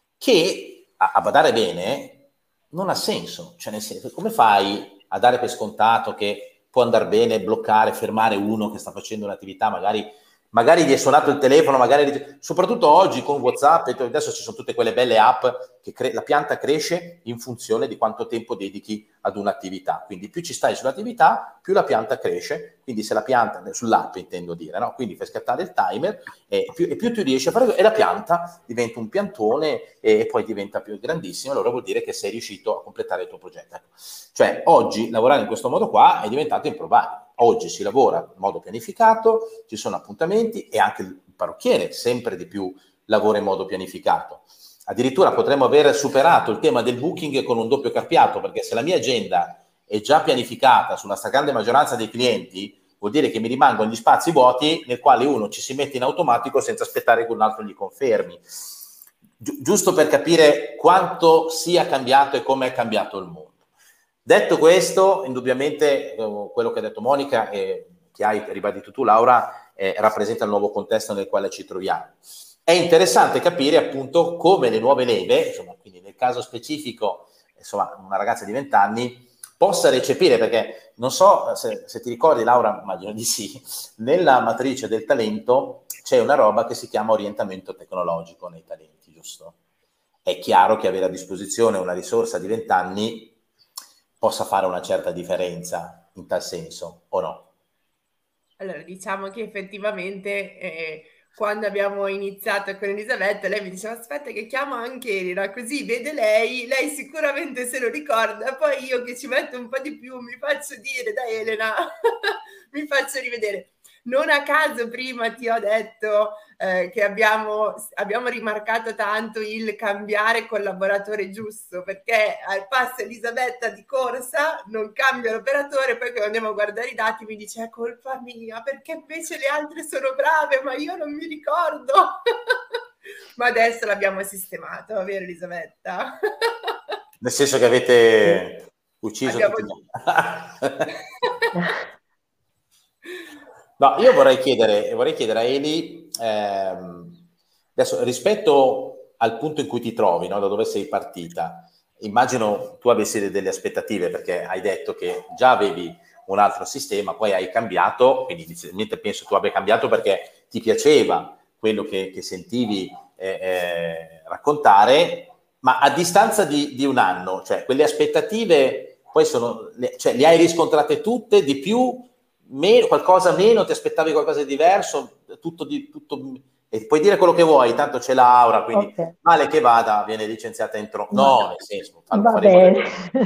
che a, a badare bene non ha senso. Cioè, nel senso, come fai a dare per scontato che può andare bene bloccare, fermare uno che sta facendo un'attività magari magari gli è suonato il telefono, magari soprattutto oggi con WhatsApp, adesso ci sono tutte quelle belle app che cre- la pianta cresce in funzione di quanto tempo dedichi ad un'attività, quindi più ci stai sull'attività, più la pianta cresce, quindi se la pianta, sull'app intendo dire, no? Quindi fai scattare il timer e più, e più tu riesci a fare, e la pianta diventa un piantone e poi diventa più grandissimo, allora vuol dire che sei riuscito a completare il tuo progetto. Ecco. Cioè oggi lavorare in questo modo qua è diventato improbabile. Oggi si lavora in modo pianificato, ci sono appuntamenti e anche il parrucchiere sempre di più lavora in modo pianificato. Addirittura potremmo aver superato il tema del booking con un doppio carpiato, perché se la mia agenda è già pianificata sulla stragrande maggioranza dei clienti, vuol dire che mi rimangono gli spazi vuoti nel quale uno ci si mette in automatico senza aspettare che un altro gli confermi. Gi- giusto per capire quanto sia cambiato e come è cambiato il mondo. Detto questo, indubbiamente eh, quello che ha detto Monica e che hai ribadito tu, Laura, eh, rappresenta il nuovo contesto nel quale ci troviamo. È interessante capire appunto come le nuove leve, insomma, quindi nel caso specifico, insomma, una ragazza di venti anni possa recepire, perché non so se, se ti ricordi, Laura, immagino di sì, nella matrice del talento c'è una roba che si chiama orientamento tecnologico nei talenti, giusto? È chiaro che avere a disposizione una risorsa di venti anni possa fare una certa differenza in tal senso, o no? Allora, diciamo che effettivamente eh, quando abbiamo iniziato con Elisabetta, lei mi diceva aspetta che chiamo anche Elena, così vede lei, lei sicuramente se lo ricorda, poi io che ci metto un po' di più mi faccio dire, dai Elena, mi faccio rivedere. Non a caso prima ti ho detto eh, che abbiamo, abbiamo rimarcato tanto il cambiare collaboratore giusto, perché al passo Elisabetta di corsa non cambia l'operatore, poi quando andiamo a guardare i dati mi dice è colpa mia, perché invece le altre sono brave, ma io non mi ricordo. Ma adesso l'abbiamo sistemato, vero Elisabetta? Nel senso che avete ucciso abbiamo... tutti. No, io vorrei chiedere, vorrei chiedere a Eli, ehm, adesso rispetto al punto in cui ti trovi, no, da dove sei partita, immagino tu avessi delle aspettative, perché hai detto che già avevi un altro sistema, poi hai cambiato, quindi inizialmente penso tu abbia cambiato perché ti piaceva quello che, che sentivi eh, eh, raccontare, ma a distanza di, di un anno, cioè quelle aspettative poi sono, cioè, le hai riscontrate tutte di più? Meno, qualcosa meno, ti aspettavi qualcosa di diverso, tutto di tutto, e puoi dire quello che vuoi, tanto c'è Laura, quindi okay. Male che vada viene licenziata entro, no, nel senso, fa, va bene.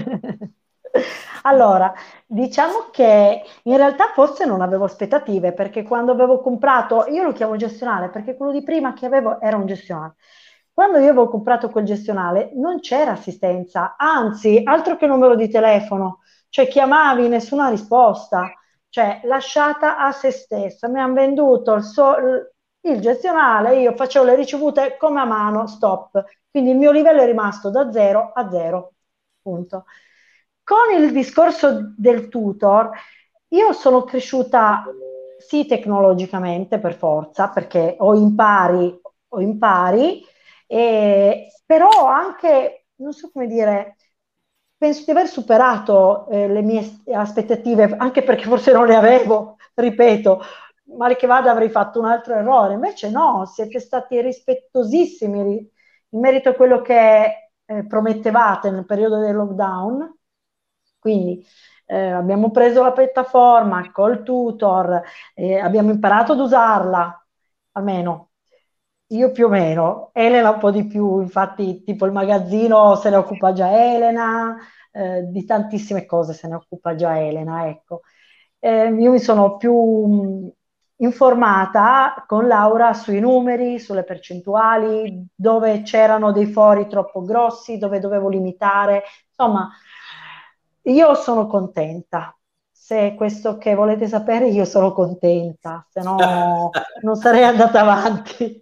Allora, diciamo che in realtà forse non avevo aspettative, perché quando avevo comprato, io lo chiamo gestionale perché quello di prima che avevo era un gestionale. Quando io avevo comprato quel gestionale non c'era assistenza, anzi, altro che numero di telefono, cioè chiamavi, nessuna risposta. Cioè lasciata a se stessa, mi hanno venduto il, so, il gestionale, io facevo le ricevute come a mano, stop, quindi il mio livello è rimasto da zero a zero, punto. Con il discorso del tutor, io sono cresciuta sì tecnologicamente per forza, perché o impari o impari, e, però anche, non so come dire, penso di aver superato eh, le mie aspettative, anche perché forse non le avevo, ripeto, male che vada avrei fatto un altro errore, invece no, siete stati rispettosissimi in merito a quello che eh, promettevate nel periodo del lockdown, quindi eh, abbiamo preso la piattaforma col tutor, eh, abbiamo imparato ad usarla, almeno io più o meno, Elena un po' di più, infatti tipo il magazzino se ne occupa già Elena, eh, di tantissime cose se ne occupa già Elena, ecco. Eh, io mi sono più mh, informata con Laura sui numeri, sulle percentuali, dove c'erano dei fori troppo grossi, dove dovevo limitare, insomma, io sono contenta. Se è questo che volete sapere, io sono contenta, se no non sarei andata avanti.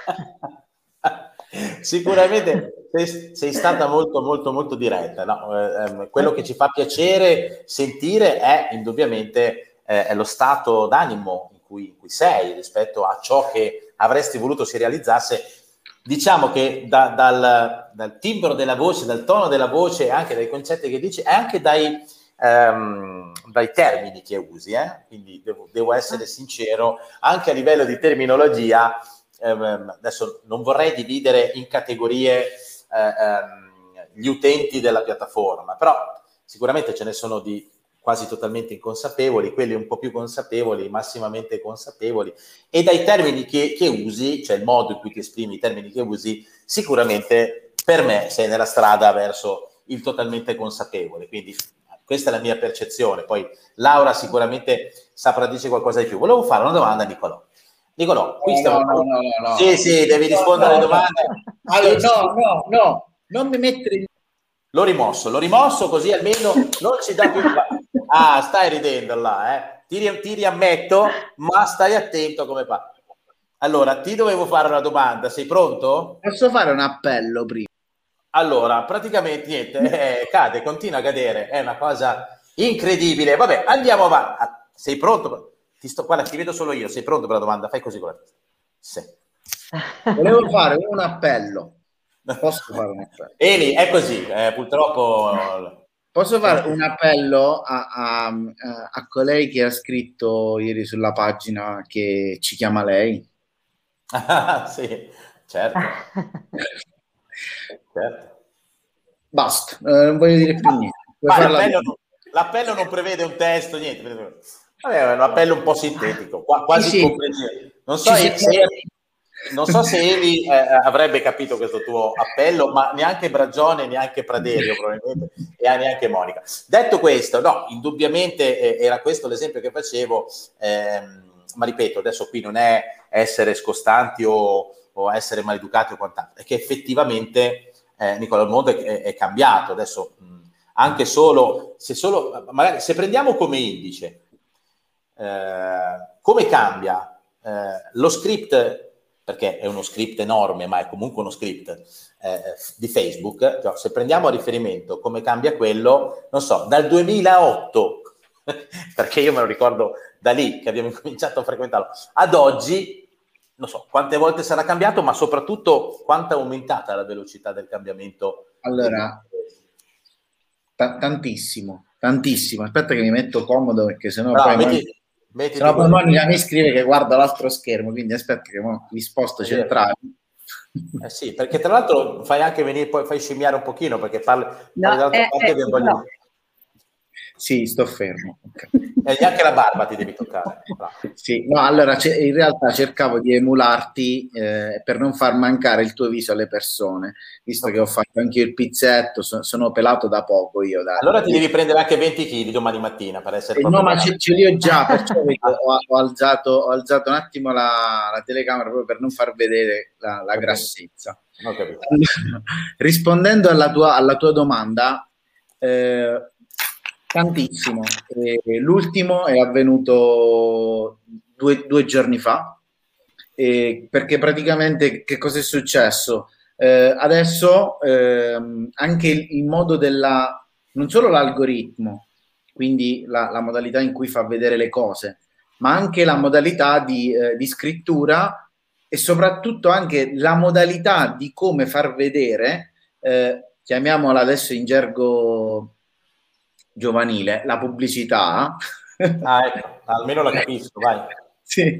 Sicuramente sei, sei stata molto molto molto diretta, no? eh, quello che ci fa piacere sentire è indubbiamente eh, è lo stato d'animo in cui, in cui sei rispetto a ciò che avresti voluto si realizzasse. Diciamo che da, dal, dal timbro della voce, dal tono della voce, anche dai concetti che dici, e anche dai, ehm, dai termini che usi, eh? Quindi devo, devo essere sincero, anche a livello di terminologia, ehm, adesso non vorrei dividere in categorie eh, ehm, gli utenti della piattaforma, però sicuramente ce ne sono di quasi totalmente inconsapevoli, quelli un po' più consapevoli, massimamente consapevoli, e dai termini che, che usi, cioè il modo in cui ti esprimi, i termini che usi, sicuramente per me sei nella strada verso il totalmente consapevole, quindi questa è la mia percezione. Poi Laura sicuramente saprà dire qualcosa di più. Volevo fare una domanda a Nicolò. Nicolò, qui stiamo... No, no, no, no, no. Sì, sì, devi rispondere no, alle domande. No. Allora, Sì, no, no, no, non mi mettere in... L'ho rimosso, l'ho rimosso così almeno non ci dà più... Ah, stai ridendo là, eh? Ti, ti riammetto, ma stai attento come fa. Allora, ti dovevo fare una domanda, sei pronto? Posso fare un appello prima? Allora, praticamente niente, eh, cade, continua a cadere, è una cosa incredibile. Vabbè, andiamo avanti. Sei pronto? Ti sto, guarda, ti vedo solo io, sei pronto per la domanda? Fai così con la testa. Sì. Volevo fare un appello. Posso fare un appello? Eli, è così, eh, purtroppo... Posso fare un appello a, a, a colei che ha scritto ieri sulla pagina che ci chiama lei? Ah, sì, certo. Certo. Basta, eh, non voglio dire più niente. L'appello, non, l'appello non prevede un testo, niente. Vabbè, è un appello un po' sintetico, quasi sì, sì. comprensibile. Non so se... Non so se Eli eh, avrebbe capito questo tuo appello, ma neanche Bragione, neanche Praderio probabilmente, e neanche Monica. Detto questo, no, indubbiamente eh, era questo l'esempio che facevo, ehm, ma ripeto, adesso qui non è essere scostanti o, o essere maleducati o quant'altro, è che effettivamente, eh, Nicola, il mondo è, è cambiato. Adesso mh, anche solo, se solo, magari se prendiamo come indice, eh, come cambia eh, lo script, perché è uno script enorme, ma è comunque uno script eh, di Facebook, cioè, se prendiamo a riferimento come cambia quello, non so, dal duemilaotto, perché io me lo ricordo da lì che abbiamo cominciato a frequentarlo, ad oggi, non so quante volte sarà cambiato, ma soprattutto quanto è aumentata la velocità del cambiamento. Allora, t- tantissimo, tantissimo. Aspetta che mi metto comodo perché sennò Bravo, poi... metti, metti Se no, poi Monica mi scrive che guarda l'altro schermo, quindi aspetta che mo mi sposto centrale. Eh sì, perché tra l'altro fai anche venire, poi fai scimmiare un pochino, perché parli, parli no, dall'altra eh, parte eh, del voglio... no. Sì, sto fermo. Okay. E neanche la barba ti devi toccare. Sì, no, allora in realtà cercavo di emularti eh, per non far mancare il tuo viso alle persone, visto okay. che ho fatto anche io il pizzetto, so, sono pelato da poco io. Da, allora ti devi prendere anche venti chili domani mattina per essere eh, no, ma ce, ce li ho già, perciò ho, ho, alzato, ho alzato un attimo la, la telecamera proprio per non far vedere la, la okay. grassezza. Okay. Rispondendo alla tua, alla tua domanda, eh, tantissimo. Eh, l'ultimo è avvenuto due, due giorni fa, eh, perché praticamente che cosa è successo? Eh, adesso eh, anche il, il modo della, non solo l'algoritmo, quindi la, la modalità in cui fa vedere le cose, ma anche la modalità di, eh, di scrittura e soprattutto anche la modalità di come far vedere, eh, chiamiamola adesso in gergo giovanile, la pubblicità. Ah, ecco, almeno la capisco, vai. Sì.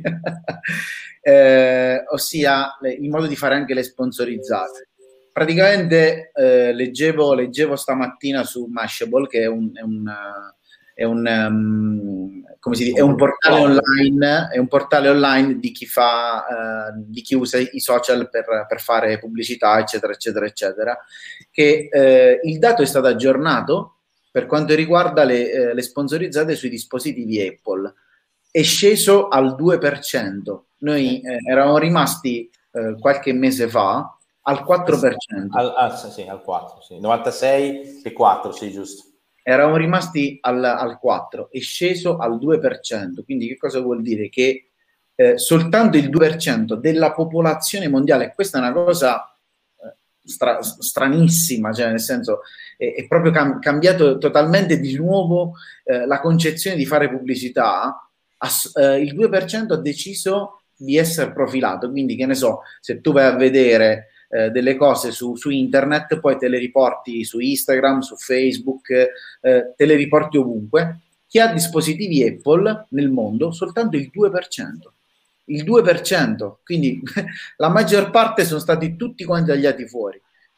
eh, ossia le, il modo di fare anche le sponsorizzate. Praticamente eh, leggevo, leggevo stamattina su Mashable, che è un, è un, è un, um, come si dice, è un portale online, è un portale online di chi fa, uh, di chi usa i social per, per fare pubblicità, eccetera, eccetera, eccetera. Che eh, il dato è stato aggiornato per quanto riguarda le, eh, le sponsorizzate sui dispositivi Apple. È sceso al due per cento. Noi eh, eravamo rimasti eh, qualche mese fa al quattro per cento. Al, al, sì, al quattro, sì. novantasei e quattro, sì, giusto. Eravamo rimasti al, al quattro, è sceso al due per cento. Quindi che cosa vuol dire? Che eh, soltanto il due per cento della popolazione mondiale, questa è una cosa Stra, stranissima, cioè nel senso è, è proprio cam, cambiato totalmente di nuovo eh, la concezione di fare pubblicità. Ass, eh, il due per cento ha deciso di essere profilato, quindi che ne so, se tu vai a vedere eh, delle cose su, su internet, poi te le riporti su Instagram, su Facebook, eh, te le riporti ovunque. Chi ha dispositivi Apple nel mondo soltanto il due per cento. Il due per cento, quindi la maggior parte sono stati tutti quanti tagliati fuori.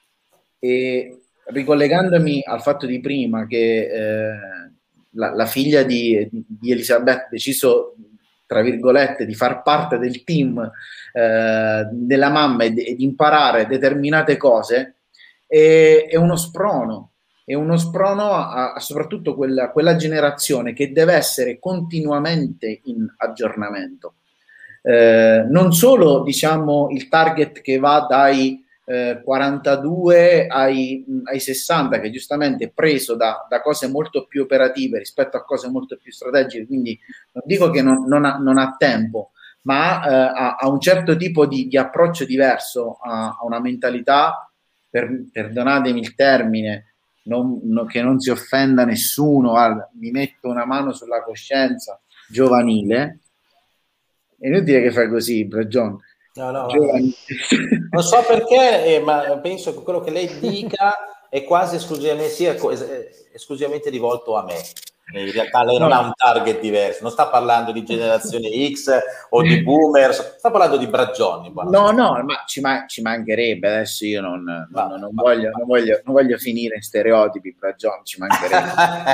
E ricollegandomi al fatto di prima che eh, la, la figlia di, di Elisabetta ha deciso, tra virgolette, di far parte del team eh, della mamma e di imparare determinate cose, è, è uno sprono. È uno sprono a, a soprattutto quella, quella generazione che deve essere continuamente in aggiornamento. Eh, non solo, diciamo, il target che va dai eh, quarantadue ai, ai sessanta, che giustamente è preso da, da cose molto più operative rispetto a cose molto più strategiche, quindi non dico che non, non, ha, non ha tempo, ma eh, ha, ha un certo tipo di, di approccio diverso, a, a una mentalità, per, perdonatemi il termine, non, no, che non si offenda nessuno, guarda, mi metto una mano sulla coscienza, giovanile. È inutile che fai così, John. No, no, non so perché, eh, ma penso che quello che lei dica è quasi esclusivamente, sia esclusivamente rivolto a me. In realtà lei non no. ha un target diverso, non sta parlando di generazione X o di boomers, sta parlando di Bragioni. No, no, ma ci, ma ci mancherebbe. Adesso io non, non, va, non, va, voglio, va. Non, voglio, non voglio finire in stereotipi, Bragioni, ci mancherebbe.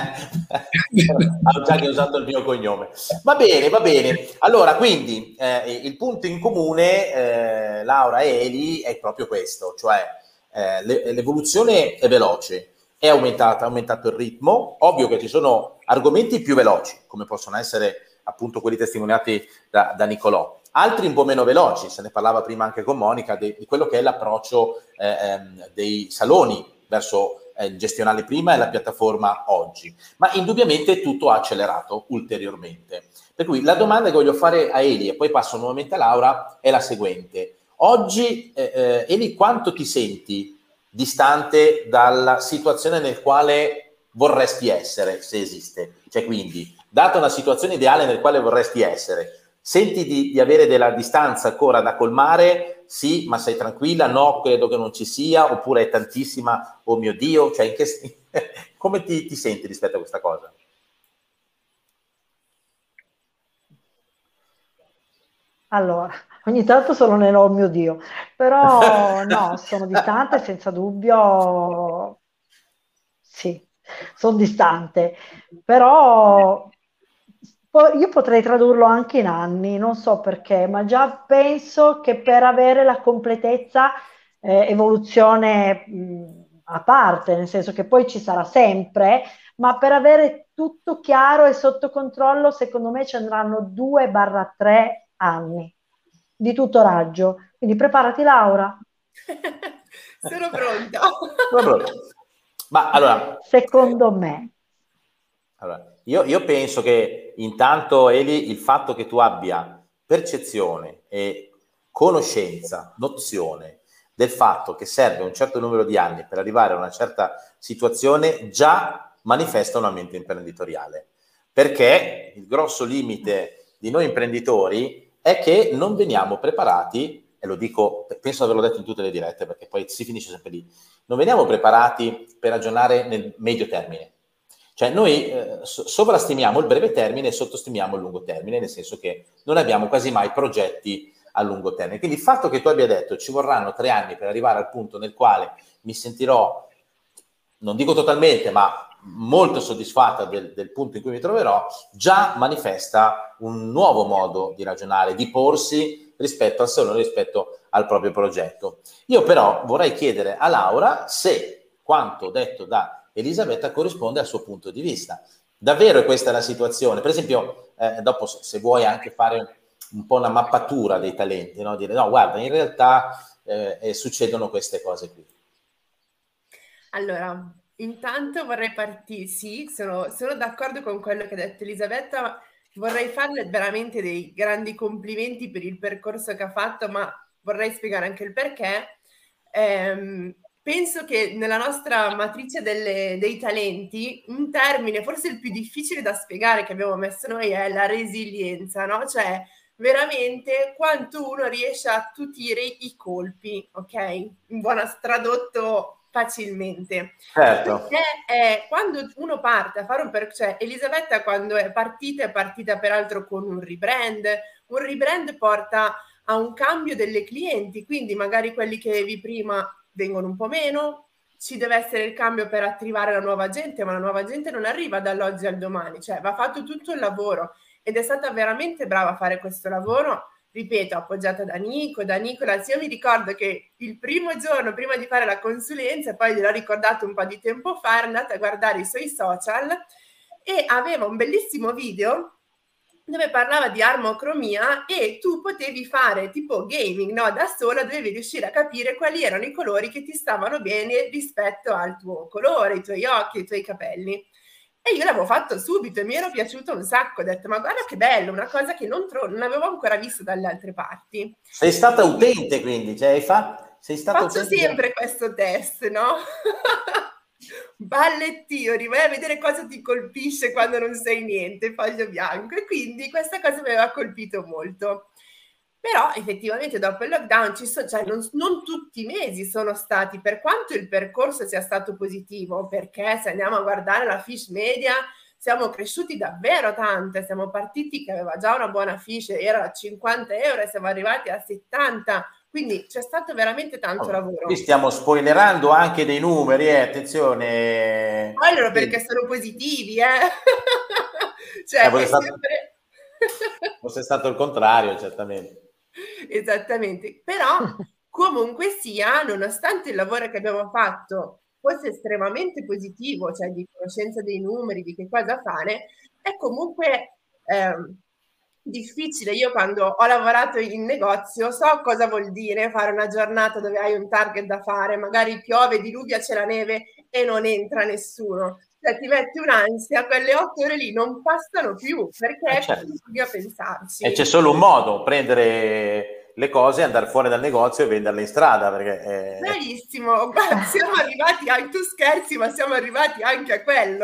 Ho già che usato il mio cognome. Va bene, va bene. Allora, quindi eh, il punto in comune, eh, Laura e Eli, è proprio questo, cioè eh, l'evoluzione è veloce. È aumentata, è aumentato il ritmo. Ovvio che ci sono argomenti più veloci, come possono essere appunto quelli testimoniati da, da Nicolò. Altri un po' meno veloci, se ne parlava prima anche con Monica, di, di quello che è l'approccio eh, ehm, dei saloni verso eh, il gestionale prima e la piattaforma oggi. Ma indubbiamente tutto ha accelerato ulteriormente. Per cui la domanda che voglio fare a Eli, e poi passo nuovamente a Laura, è la seguente. Oggi, eh, eh, Eli, quanto ti senti distante dalla situazione nel quale vorresti essere, se esiste? Cioè, quindi, data una situazione ideale nel quale vorresti essere, senti di, di avere della distanza ancora da colmare? Sì, ma sei tranquilla? No, credo che non ci sia, oppure è tantissima, oh mio Dio, cioè in che, come ti, ti senti rispetto a questa cosa? Allora, ogni tanto sono nel oh mio Dio, però no, sono distante senza dubbio, sì, sono distante, però io potrei tradurlo anche in anni, non so perché, ma già penso che per avere la completezza, eh, evoluzione mh, a parte, nel senso che poi ci sarà sempre, ma per avere tutto chiaro e sotto controllo, secondo me ci andranno due barra tre anni di tutto raggio. Quindi preparati, Laura. Sono pronta. Sono pronta. Ma allora, secondo me. Allora, io, io penso che intanto, Eli, il fatto che tu abbia percezione e conoscenza, nozione del fatto che serve un certo numero di anni per arrivare a una certa situazione già manifesta una mente imprenditoriale. Perché il grosso limite di noi imprenditori è che non veniamo preparati, e lo dico, penso di averlo detto in tutte le dirette, perché poi si finisce sempre lì, non veniamo preparati per ragionare nel medio termine. Cioè noi eh, sovrastimiamo il breve termine e sottostimiamo il lungo termine, nel senso che non abbiamo quasi mai progetti a lungo termine. Quindi il fatto che tu abbia detto ci vorranno tre anni per arrivare al punto nel quale mi sentirò, non dico totalmente, ma molto soddisfatta del, del punto in cui mi troverò, già manifesta un nuovo modo di ragionare, di porsi rispetto al salone, rispetto al proprio progetto. Io però vorrei chiedere a Laura se quanto detto da Elisabetta corrisponde al suo punto di vista. Davvero è questa la situazione? Per esempio, eh, dopo se vuoi anche fare un po' una mappatura dei talenti, no? Dire no, guarda, in realtà eh, succedono queste cose qui. Allora, intanto vorrei partire, sì, sono, sono d'accordo con quello che ha detto Elisabetta, vorrei farle veramente dei grandi complimenti per il percorso che ha fatto, ma vorrei spiegare anche il perché. Ehm, penso che nella nostra matrice delle, dei talenti, un termine, forse il più difficile da spiegare che abbiamo messo noi, è la resilienza, no? Cioè veramente quanto uno riesce a attutire i colpi, ok? In buona tradotto facilmente. Certo. Perché eh, quando uno parte a fare un percorso, cioè Elisabetta quando è partita è partita peraltro con un rebrand, un rebrand porta a un cambio delle clienti, quindi magari quelli che avevi prima vengono un po' meno, ci deve essere il cambio per attivare la nuova gente, ma la nuova gente non arriva dall'oggi al domani, cioè va fatto tutto il lavoro ed è stata veramente brava a fare questo lavoro, ripeto, appoggiata da Nico, da Nicolas. Io mi ricordo che il primo giorno prima di fare la consulenza, poi gliel'ho ricordato un po' di tempo fa, era andata a guardare i suoi social e aveva un bellissimo video dove parlava di armocromia e tu potevi fare tipo gaming, no? Da sola dovevi riuscire a capire quali erano i colori che ti stavano bene rispetto al tuo colore, i tuoi occhi, i tuoi capelli. E io l'avevo fatto subito e mi era piaciuto un sacco, ho detto ma guarda che bello, una cosa che non, tro- non avevo ancora visto dalle altre parti. Sei stata utente quindi, cioè hai fa- sei stata Faccio utente. sempre questo test, no? Ballettino, vai a vedere cosa ti colpisce quando non sei niente, foglio bianco, e quindi questa cosa mi aveva colpito molto. Però effettivamente dopo il lockdown ci sono, cioè non, non tutti i mesi sono stati, per quanto il percorso sia stato positivo, perché se andiamo a guardare la fiche media siamo cresciuti davvero tanto, siamo partiti che aveva già una buona fiche, era a cinquanta euro e siamo arrivati a settanta, quindi c'è stato veramente tanto Oh, lavoro. qui stiamo spoilerando anche dei numeri, eh, attenzione. Allora perché sono positivi, eh? Cioè, Eh, fosse è stato- sempre... Fosse stato il contrario, certamente. Esattamente, però comunque sia, nonostante il lavoro che abbiamo fatto fosse estremamente positivo, cioè di conoscenza dei numeri, di che cosa fare, è comunque ehm, difficile. Io quando ho lavorato in negozio so cosa vuol dire fare una giornata dove hai un target da fare, magari piove, diluvia, c'è la neve e non entra nessuno. Cioè ti metti un'ansia, quelle otto ore lì non passano più, perché Eh, certo. continui a pensarci. E c'è solo un modo, prendere le cose, andare fuori dal negozio e venderle in strada, perché... eh, Bravissimo, guarda, siamo arrivati anche, tu scherzi, ma siamo arrivati anche a quello,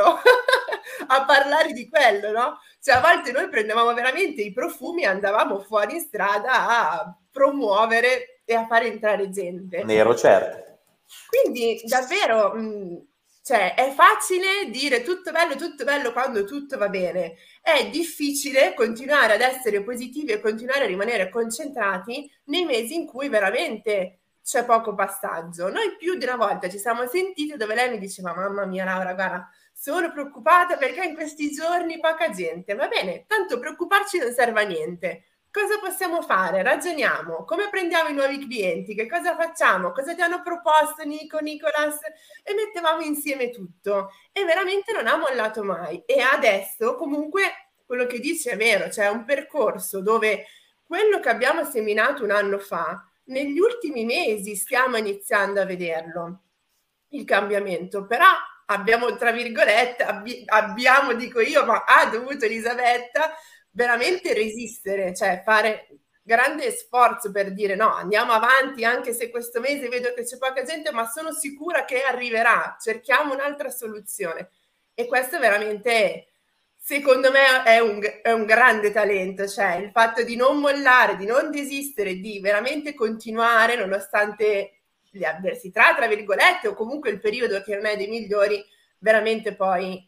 a parlare di quello, no? Cioè a volte noi prendevamo veramente i profumi e andavamo fuori in strada a promuovere e a fare entrare gente. Nero, certo. Quindi davvero, mh, cioè, è facile dire tutto bello, tutto bello quando tutto va bene. È difficile continuare ad essere positivi e continuare a rimanere concentrati nei mesi in cui veramente c'è poco passaggio. Noi più di una volta ci siamo sentiti dove lei mi diceva: mamma mia Laura, guarda, sono preoccupata perché in questi giorni poca gente. Va bene, tanto preoccuparci non serve a niente. Cosa possiamo fare? Ragioniamo. Come prendiamo i nuovi clienti? Che cosa facciamo? Cosa ti hanno proposto Nico, Nicolas? E mettevamo insieme tutto. E veramente non ha mollato mai. E adesso comunque quello che dice è vero, c'è un percorso dove quello che abbiamo seminato un anno fa, negli ultimi mesi stiamo iniziando a vederlo, il cambiamento. Però abbiamo, tra virgolette, abbi- abbiamo, dico io, ma ha dovuto Elisabetta veramente resistere, cioè fare grande sforzo per dire no, andiamo avanti anche se questo mese vedo che c'è poca gente, ma sono sicura che arriverà, cerchiamo un'altra soluzione. E questo veramente, secondo me, è un, è un grande talento, cioè il fatto di non mollare, di non desistere, di veramente continuare nonostante le avversità, tra virgolette, o comunque il periodo che non è dei migliori, veramente poi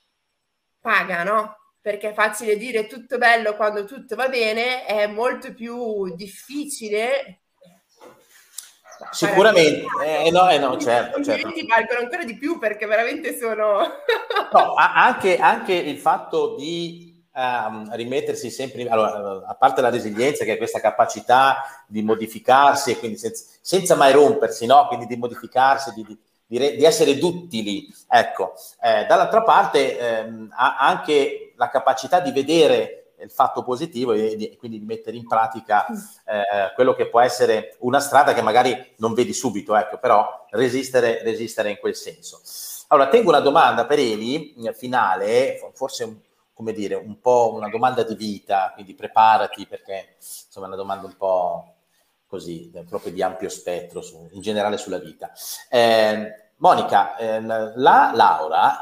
paga, no? Perché è facile dire tutto bello quando tutto va bene, è molto più difficile. Sicuramente, eh, no, eh, no, certo, I certo. clienti valgono ancora di più perché veramente sono... No, anche, anche il fatto di um, rimettersi sempre, allora, a parte la resilienza, che è questa capacità di modificarsi e quindi senza, senza mai rompersi, no? Quindi di modificarsi, di, di Di, di essere duttili, ecco. Eh, dall'altra parte ehm, ha anche la capacità di vedere il fatto positivo e, di, e quindi di mettere in pratica eh, quello che può essere una strada che magari non vedi subito, ecco, però resistere, resistere in quel senso. Allora, tengo una domanda per Eli, finale, forse un, come dire, un po' una domanda di vita, quindi preparati perché insomma è una domanda un po' così, proprio di ampio spettro, su, in generale sulla vita. Eh, Monica, ehm, la Laura,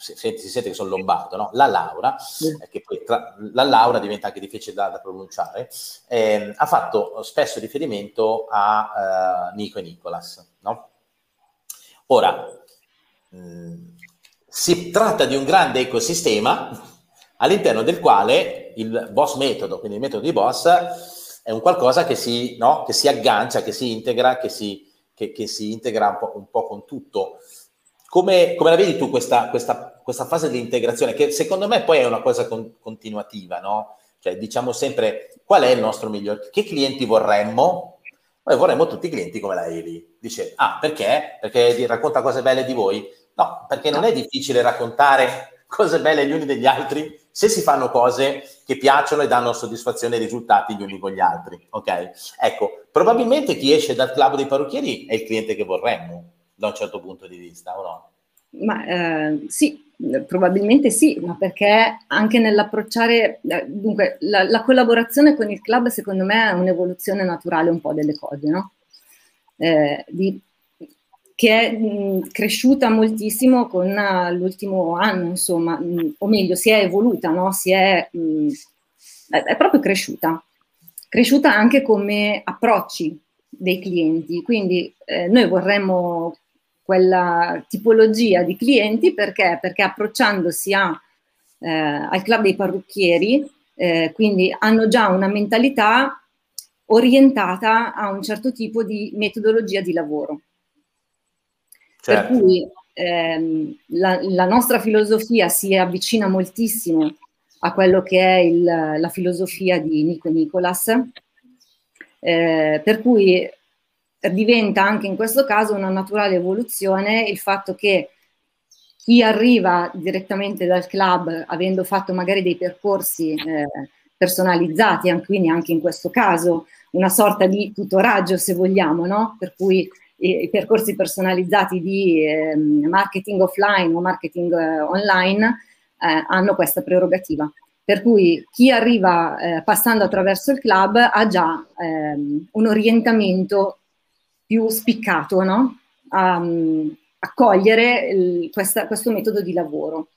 si, si sente che sono lombardo, no? La Laura, eh, che poi tra, la Laura diventa anche difficile da, da pronunciare, eh, ha fatto spesso riferimento a uh, Nico e Nicolas, no? Ora, mh, si tratta di un grande ecosistema all'interno del quale il boss metodo, quindi il metodo di boss, è un qualcosa che si, no? che si aggancia, che si integra, che si, che, che si integra un po', un po' con tutto. Come, come la vedi tu questa, questa, questa fase di integrazione, che secondo me poi è una cosa con, continuativa, no? Cioè diciamo sempre qual è il nostro miglior, che clienti vorremmo? Noi vorremmo tutti i clienti come la Eli. Dice, ah, perché? Perché racconta cose belle di voi? No, perché non è difficile raccontare cose belle gli uni degli altri se si fanno cose che piacciono e danno soddisfazione e risultati gli uni con gli altri, ok? Ecco, probabilmente chi esce dal club dei parrucchieri è il cliente che vorremmo, da un certo punto di vista, o no? Ma eh, sì, probabilmente sì, ma perché anche nell'approcciare, eh, dunque, la, la collaborazione con il club secondo me è un'evoluzione naturale un po' delle cose, no? Eh, di, che è mh, cresciuta moltissimo con uh, l'ultimo anno, insomma, mh, o meglio, si è evoluta, no? Si è, mh, è, è proprio cresciuta, cresciuta anche come approcci dei clienti, quindi eh, noi vorremmo quella tipologia di clienti perché, perché approcciandosi a, eh, al club dei parrucchieri, eh, quindi hanno già una mentalità orientata a un certo tipo di metodologia di lavoro. Certo. Per cui ehm, la, la nostra filosofia si avvicina moltissimo a quello che è il, la filosofia di Nico e Nicolas, eh, per cui diventa anche in questo caso una naturale evoluzione il fatto che chi arriva direttamente dal club avendo fatto magari dei percorsi eh, personalizzati, quindi anche in questo caso una sorta di tutoraggio se vogliamo, no? Per cui i, i percorsi personalizzati di eh, marketing offline o marketing eh, online eh, hanno questa prerogativa. Per cui chi arriva eh, passando attraverso il club ha già ehm, un orientamento più spiccato, no? A, a cogliere il, questa, questo metodo di lavoro,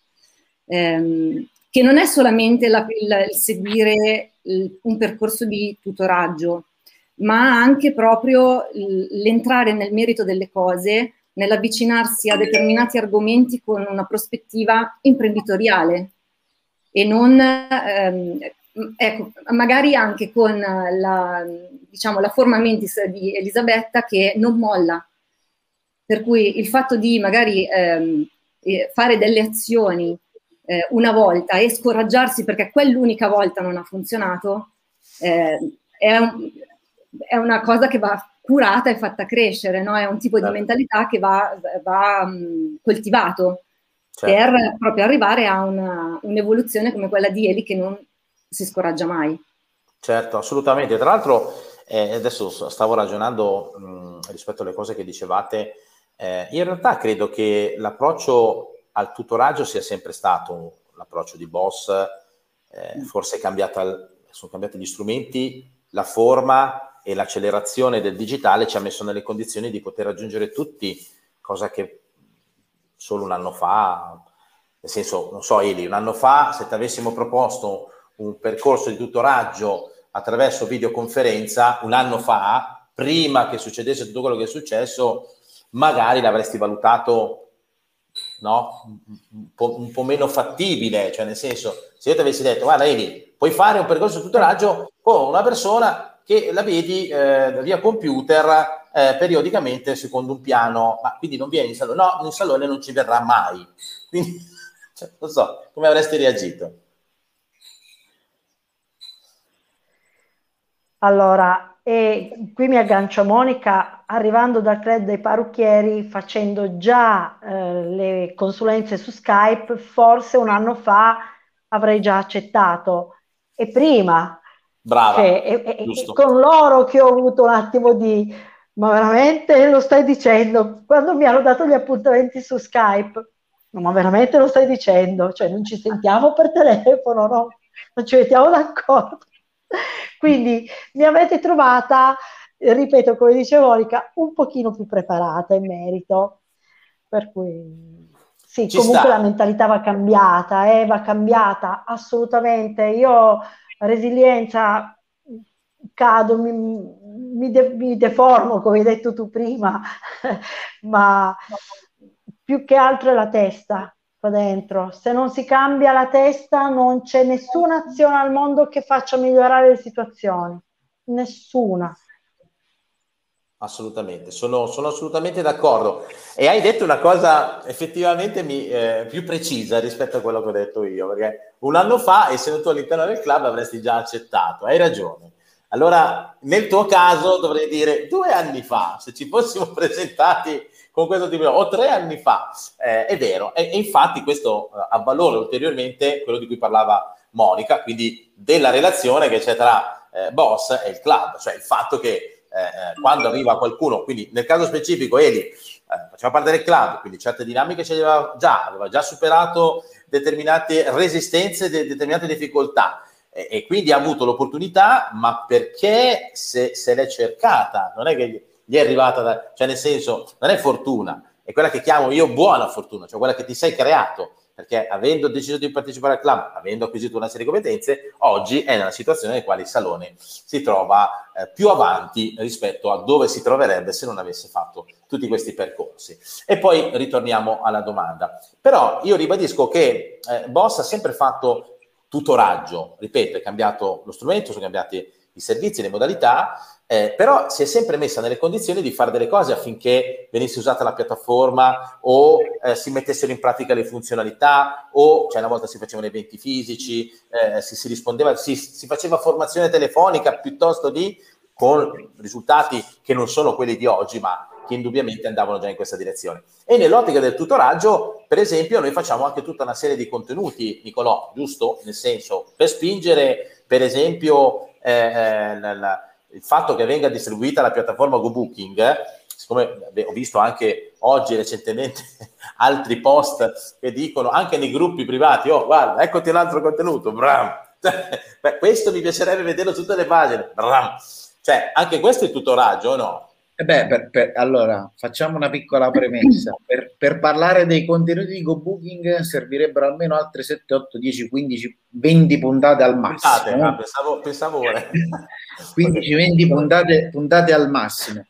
ehm, che non è solamente la, il, il seguire il, un percorso di tutoraggio, ma anche proprio l'entrare nel merito delle cose, nell'avvicinarsi a determinati argomenti con una prospettiva imprenditoriale e non, ehm, ecco, magari anche con la, diciamo, la forma mentis di Elisabetta che non molla, per cui il fatto di magari ehm, fare delle azioni eh, una volta e scoraggiarsi perché quell'unica volta non ha funzionato eh, è, un, è una cosa che va curata e fatta crescere, no? È un tipo di mentalità che va, va um, coltivato. Certo. Per proprio arrivare a una, un'evoluzione come quella di Eli che non si scoraggia mai. Certo, assolutamente. Tra l'altro, eh, adesso stavo ragionando mh, rispetto alle cose che dicevate, eh, in realtà credo che l'approccio al tutoraggio sia sempre stato l'approccio di Boss, eh, forse è cambiata, sono cambiati gli strumenti, la forma e l'accelerazione del digitale ci ha messo nelle condizioni di poter raggiungere tutti, cosa che solo un anno fa, nel senso, non so Eli, un anno fa se ti avessimo proposto un percorso di tutoraggio attraverso videoconferenza, un anno fa, prima che succedesse tutto quello che è successo, magari l'avresti valutato, no? un, po', un po' meno fattibile, cioè nel senso, se io ti avessi detto, guarda Eli, puoi fare un percorso di tutoraggio con una persona che la vedi eh, via computer eh, periodicamente secondo un piano, ma quindi non vieni in salone, no, in salone non ci verrà mai, quindi cioè, non so, come avresti reagito? Allora, e qui mi aggancio a Monica, arrivando dal club dei parrucchieri, facendo già eh, le consulenze su Skype, forse un anno fa avrei già accettato, e prima. Brava, che, e, e, con loro che ho avuto un attimo di, ma veramente lo stai dicendo? Quando mi hanno dato gli appuntamenti su Skype, no, ma veramente lo stai dicendo? Cioè non ci sentiamo per telefono, no? Non ci mettiamo d'accordo. Quindi mi avete trovata, ripeto, come dice Monica, un pochino più preparata in merito, per cui... Sì, Ci comunque sta. la mentalità va cambiata, eh, va cambiata assolutamente. Io resilienza cado, mi, mi, de- mi deformo, come hai detto tu prima, ma più che altro è la testa qua dentro. Se non si cambia la testa, non c'è nessuna azione al mondo che faccia migliorare le situazioni. Nessuna. Assolutamente, sono, sono assolutamente d'accordo. E hai detto una cosa effettivamente mi, eh, più precisa rispetto a quello che ho detto io, perché un anno fa, essendo tu all'interno del club, avresti già accettato. Hai ragione. Allora, nel tuo caso dovrei dire due anni fa, se ci fossimo presentati con questo tipo, o tre anni fa, eh, è vero. E, e infatti questo eh, avvalora ulteriormente quello di cui parlava Monica, quindi della relazione che c'è tra eh, boss e il club, cioè il fatto che Eh, quando arriva qualcuno, quindi nel caso specifico Eli eh, faceva parte del club, quindi certe dinamiche ce le aveva già, aveva già superato determinate resistenze, de- determinate difficoltà e, e quindi ha avuto l'opportunità, ma perché se, se l'è cercata, non è che gli è arrivata, da, cioè nel senso non è fortuna, è quella che chiamo io buona fortuna, cioè quella che ti sei creato, perché avendo deciso di partecipare al club, avendo acquisito una serie di competenze, oggi è nella situazione nella quale il Salone si trova eh, più avanti rispetto a dove si troverebbe se non avesse fatto tutti questi percorsi. E poi ritorniamo alla domanda. Però io ribadisco che eh, Boss ha sempre fatto tutoraggio, ripeto, è cambiato lo strumento, sono cambiati i servizi, le modalità, eh, però si è sempre messa nelle condizioni di fare delle cose affinché venisse usata la piattaforma o eh, si mettessero in pratica le funzionalità o, cioè una volta si facevano eventi fisici, eh, si, si rispondeva, si, si faceva formazione telefonica piuttosto di, con risultati che non sono quelli di oggi, ma che indubbiamente andavano già in questa direzione. E nell'ottica del tutoraggio, per esempio, noi facciamo anche tutta una serie di contenuti, Nicolò, giusto? Nel senso, per spingere, per esempio, eh, eh, la, il fatto che venga distribuita la piattaforma GoBooking, eh, siccome beh, ho visto anche oggi recentemente altri post che dicono anche nei gruppi privati, oh guarda, eccoti un altro contenuto, bram. Beh, questo mi piacerebbe vederlo su tutte le pagine, bram. Cioè anche questo è tutoraggio o no? Eh beh, per, per, allora facciamo una piccola premessa. Per, per parlare dei contenuti di GoBooking servirebbero almeno altre sette, otto, dieci, quindici, venti puntate al massimo. Puntate, ah, pensavo, pensavo ora. quindici venti puntate, puntate al massimo.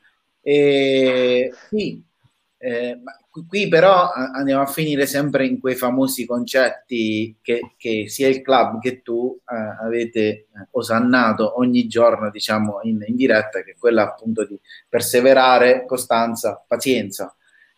E, sì, eh, qui però andiamo a finire sempre in quei famosi concetti che, che sia il club che tu eh, avete osannato ogni giorno, diciamo, in, in diretta, che è quella appunto di perseverare, costanza, pazienza.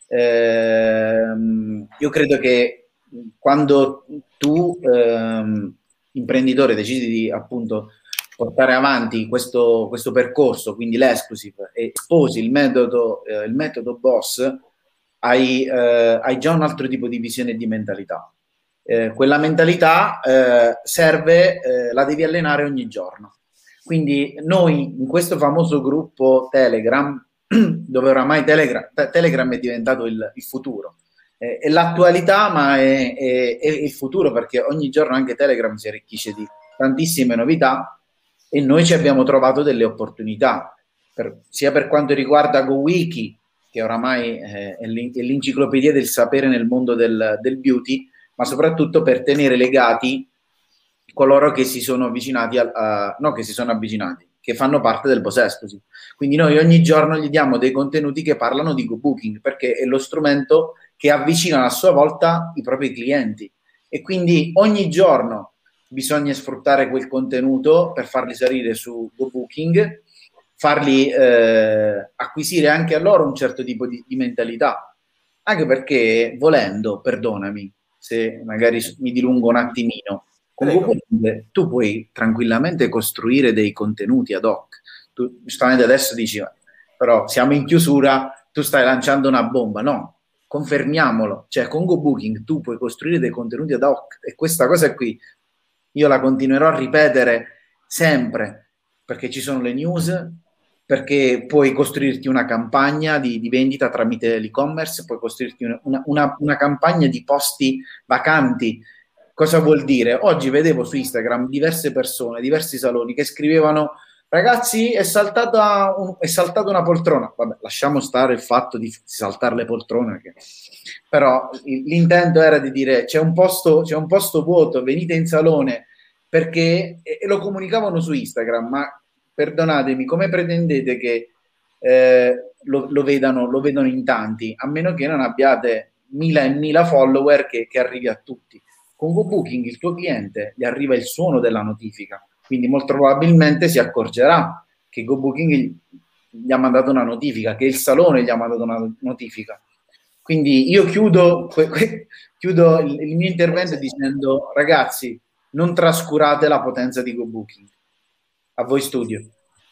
Ehm, io credo che quando tu, ehm, imprenditore, decidi di appunto portare avanti questo, questo percorso, quindi l'exclusive, e sposi il metodo, eh, il metodo boss, hai, eh, hai già un altro tipo di visione e di mentalità. Eh, quella mentalità eh, serve, eh, la devi allenare ogni giorno. Quindi noi in questo famoso gruppo Telegram, dove oramai Telegram, Telegram è diventato il, il futuro, eh, è l'attualità ma è, è, è il futuro, perché ogni giorno anche Telegram si arricchisce di tantissime novità e noi ci abbiamo trovato delle opportunità, per, sia per quanto riguarda GoWiki, che oramai eh, è l'enciclopedia del sapere nel mondo del, del beauty, ma soprattutto per tenere legati coloro che si sono avvicinati, a, a, no, che si sono avvicinati, che fanno parte del Boss Exclusive. Quindi noi ogni giorno gli diamo dei contenuti che parlano di GoBooking, perché è lo strumento che avvicina a sua volta i propri clienti. E quindi ogni giorno bisogna sfruttare quel contenuto per farli salire su GoBooking, farli eh, acquisire anche a loro un certo tipo di, di mentalità. Anche perché, volendo, perdonami se magari mi dilungo un attimino, con GoBooking tu puoi tranquillamente costruire dei contenuti ad hoc. Tu giustamente adesso dici, però siamo in chiusura, tu stai lanciando una bomba. No, confermiamolo. Cioè con GoBooking tu puoi costruire dei contenuti ad hoc, e questa cosa qui io la continuerò a ripetere sempre, perché ci sono le news, perché puoi costruirti una campagna di, di vendita tramite l'e-commerce, puoi costruirti una, una, una campagna di posti vacanti. Cosa vuol dire? Oggi vedevo su Instagram diverse persone, diversi saloni che scrivevano ragazzi, è saltata, un- è saltata una poltrona. Vabbè, lasciamo stare il fatto di saltare le poltrone, che- però il- l'intento era di dire c'è un posto, c'è un posto vuoto, venite in salone, perché, e e lo comunicavano su Instagram, ma perdonatemi, come pretendete che eh, lo, lo vedano, lo vedono in tanti, a meno che non abbiate mila e mila follower che, che arrivi a tutti. Con GoBooking il tuo cliente gli arriva il suono della notifica, quindi molto probabilmente si accorgerà che GoBooking gli gli ha mandato una notifica, che il salone gli ha mandato una notifica. Quindi io chiudo, que- que- chiudo il, il mio intervento dicendo, ragazzi, non trascurate la potenza di GoBooking. A voi studio.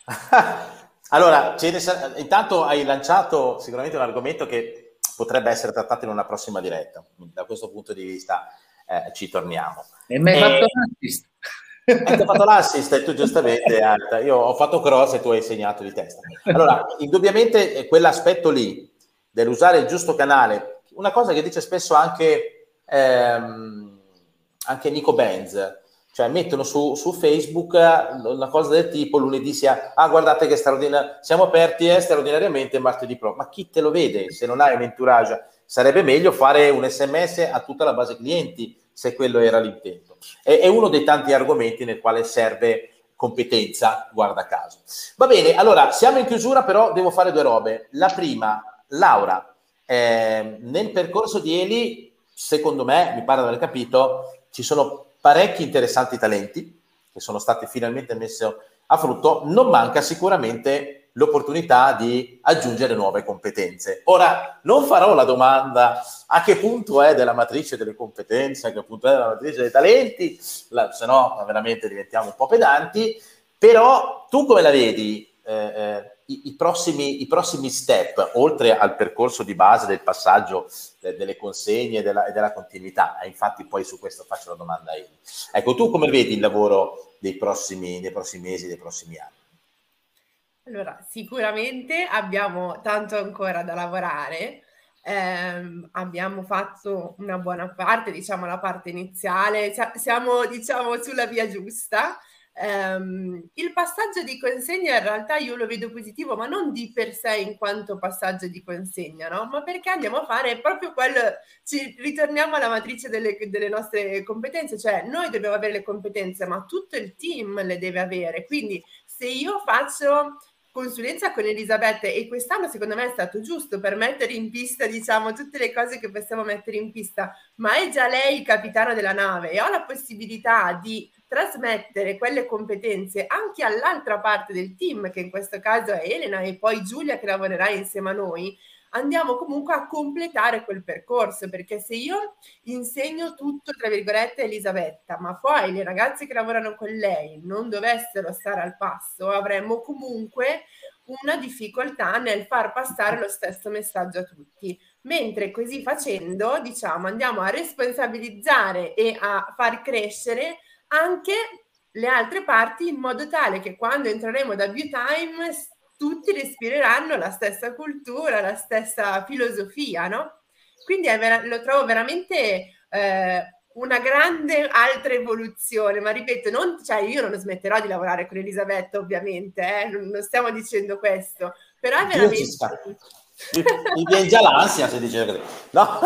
Allora, Cede, intanto hai lanciato sicuramente un argomento che potrebbe essere trattato in una prossima diretta. Da questo punto di vista eh, ci torniamo. E mi hai E... fatto l'assist. Eh, ti ho fatto l'assist e tu giustamente, Alta. Io ho fatto cross e tu hai segnato di testa. Allora, indubbiamente eh, quell'aspetto lì dell'usare il giusto canale, una cosa che dice spesso anche, ehm, anche Nico Benz, cioè mettono su, su Facebook una cosa del tipo lunedì sia, ah guardate che straordinario, siamo aperti eh, straordinariamente martedì pro, ma chi te lo vede se non hai un entourage? Sarebbe meglio fare un sms a tutta la base clienti se quello era l'intento. È, è uno dei tanti argomenti nel quale serve competenza, guarda caso. Va bene, allora siamo in chiusura, però devo fare due robe. La prima, Laura, eh, nel percorso di Eli, secondo me, mi pare di aver capito, ci sono parecchi interessanti talenti che sono stati finalmente messi a frutto, non manca sicuramente l'opportunità di aggiungere nuove competenze. Ora, non farò la domanda a che punto è della matrice delle competenze, a che punto è della matrice dei talenti, la, se no veramente diventiamo un po' pedanti, però tu come la vedi eh, eh, i, i, prossimi, i prossimi step, oltre al percorso di base del passaggio de, delle consegne e della, e della continuità, e infatti poi su questo faccio la domanda a Eli. Ecco, tu come vedi il lavoro dei prossimi, dei prossimi mesi, dei prossimi anni? Allora, sicuramente abbiamo tanto ancora da lavorare, ehm, abbiamo fatto una buona parte, diciamo la parte iniziale, siamo diciamo sulla via giusta. Um, il passaggio di consegna in realtà io lo vedo positivo, ma non di per sé in quanto passaggio di consegna, no? Ma perché andiamo a fare proprio quello, ci ritorniamo alla matrice delle, delle nostre competenze, cioè noi dobbiamo avere le competenze, ma tutto il team le deve avere. Quindi se io faccio consulenza con Elisabetta, e quest'anno secondo me è stato giusto per mettere in pista, diciamo, tutte le cose che possiamo mettere in pista, ma è già lei il capitano della nave e ho la possibilità di trasmettere quelle competenze anche all'altra parte del team, che in questo caso è Elena e poi Giulia che lavorerà insieme a noi, andiamo comunque a completare quel percorso, perché se io insegno tutto, tra virgolette, a Elisabetta, ma poi le ragazze che lavorano con lei non dovessero stare al passo, avremmo comunque una difficoltà nel far passare lo stesso messaggio a tutti. Mentre così facendo, diciamo, andiamo a responsabilizzare e a far crescere anche le altre parti in modo tale che quando entreremo da ViewTime tutti respireranno la stessa cultura, la stessa filosofia, no? Quindi è ver- lo trovo veramente eh, una grande altra evoluzione, ma ripeto, non, cioè io non smetterò di lavorare con Elisabetta, ovviamente, eh, non, non stiamo dicendo questo, però è veramente... Mi, mi viene già l'ansia se dice così. No,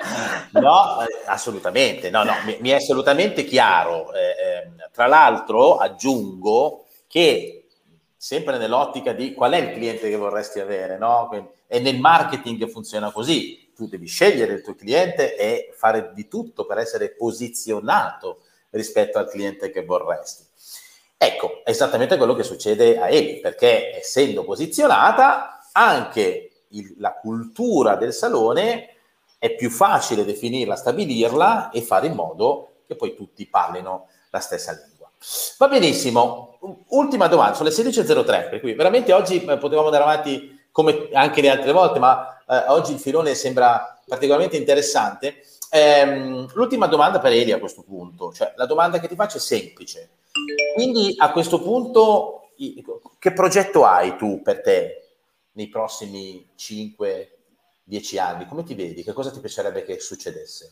no eh, assolutamente, no, no, mi, mi è assolutamente chiaro. Eh, eh, tra l'altro aggiungo che sempre nell'ottica di qual è il cliente che vorresti avere, no? E nel marketing funziona così, tu devi scegliere il tuo cliente e fare di tutto per essere posizionato rispetto al cliente che vorresti. Ecco, è esattamente quello che succede a Eli, perché essendo posizionata anche il, la cultura del salone è più facile definirla, stabilirla e fare in modo che poi tutti parlino la stessa lingua. Va benissimo, ultima domanda, sono le sedici e zero tre, per cui veramente oggi eh, potevamo andare avanti come anche le altre volte, ma eh, oggi il filone sembra particolarmente interessante. Ehm, l'ultima domanda per Eli a questo punto, cioè la domanda che ti faccio è semplice. Quindi a questo punto che progetto hai tu per te nei prossimi cinque dieci anni? Come ti vedi? Che cosa ti piacerebbe che succedesse?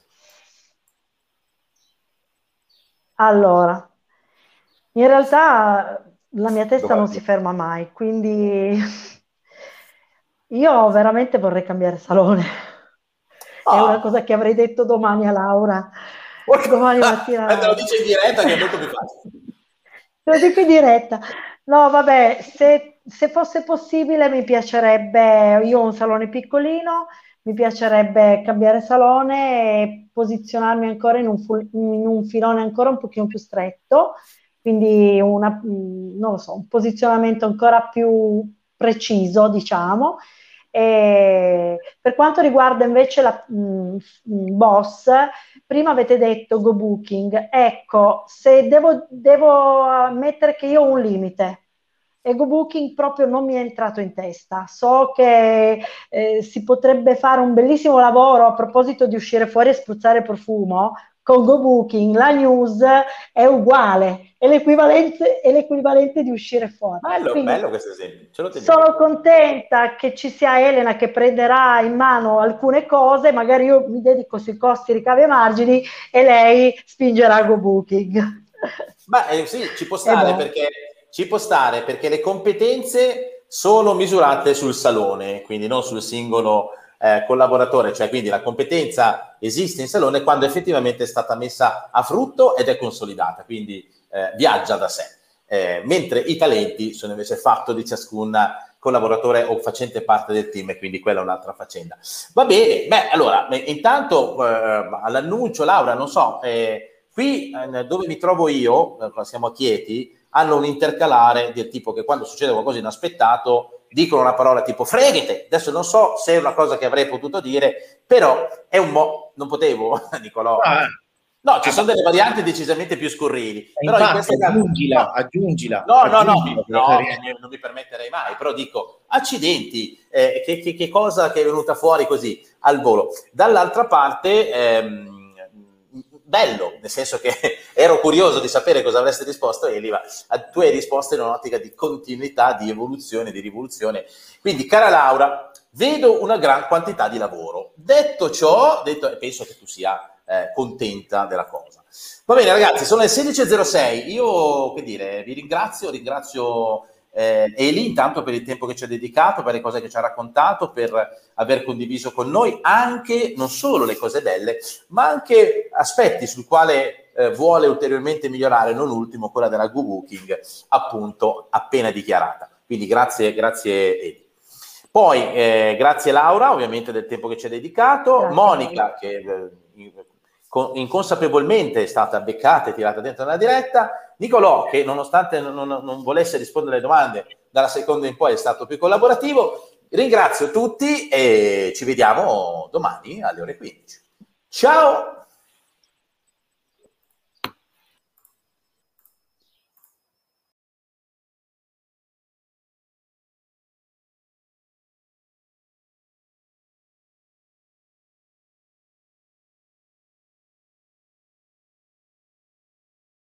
Allora, in realtà la mia testa Domani. non si ferma mai, quindi io veramente vorrei cambiare salone. Ah. È una cosa che avrei detto domani a Laura. Domani mattina. Te lo dice in diretta che è molto più facile. Te lo dico in diretta. No, vabbè, se, se fosse possibile mi piacerebbe, io ho un salone piccolino, mi piacerebbe cambiare salone e posizionarmi ancora in un, fu- in un filone ancora un pochino più stretto, quindi una, mh, non lo so, un posizionamento ancora più preciso, diciamo. E per quanto riguarda invece la mh, Boss, prima avete detto Go Booking, ecco, se devo, devo ammettere che io ho un limite. E Go Booking proprio non mi è entrato in testa. So che eh, si potrebbe fare un bellissimo lavoro a proposito di uscire fuori e spruzzare profumo. Con Go Booking la news è uguale, è l'equivalente, è l'equivalente di uscire fuori. Bello, Quindi, bello questo esempio. Ce lo teniamo. sono contenta che ci sia Elena che prenderà in mano alcune cose, magari io mi dedico sui costi, ricavi e margini e lei spingerà Go Booking. Ma eh, sì, ci può stare perché ci può stare perché le competenze sono misurate sul salone, quindi non sul singolo eh, collaboratore, cioè quindi la competenza esiste in salone quando effettivamente è stata messa a frutto ed è consolidata, quindi eh, viaggia da sé. Eh, mentre i talenti sono invece fatto di ciascun collaboratore o facente parte del team e quindi quella è un'altra faccenda. Va bene, beh, allora, eh, intanto eh, all'annuncio, Laura, non so, eh, qui eh, dove mi trovo io, eh, siamo a Chieti, hanno un intercalare del tipo che quando succede qualcosa di inaspettato dicono una parola tipo freghete. Adesso non so se è una cosa che avrei potuto dire, però è un mo', non potevo, Nicolò. Ah. No, ci sono delle varianti decisamente più scurrili. Però Infatti, in questo caso, aggiungila, no, aggiungila. No, no, no, aggiungila, no, no non mi permetterei mai, però dico, accidenti, eh, che, che, che cosa che è venuta fuori così al volo. Dall'altra parte, ehm, bello, nel senso che ero curioso di sapere cosa avreste risposto, Eli, ma tu hai risposto in un'ottica di continuità, di evoluzione, di rivoluzione. Quindi, cara Laura, vedo una gran quantità di lavoro. Detto ciò, detto, penso che tu sia eh, contenta della cosa. Va bene, ragazzi, sono le sedici e zero sei. Io, che dire, vi ringrazio, ringrazio eh, Eli intanto per il tempo che ci ha dedicato, per le cose che ci ha raccontato, per aver condiviso con noi anche, non solo le cose belle, ma anche aspetti sul quale eh, vuole ulteriormente migliorare, non ultimo quella della Go Booking, appunto, appena dichiarata. Quindi grazie, grazie Eli. Poi, eh, grazie Laura, ovviamente del tempo che ci ha dedicato, Grazie Monica, che eh, inconsapevolmente è stata beccata e tirata dentro nella diretta, Nicolò, che nonostante non, non, non volesse rispondere alle domande, dalla seconda in poi è stato più collaborativo. Ringrazio tutti e ci vediamo domani alle ore quindici. Ciao!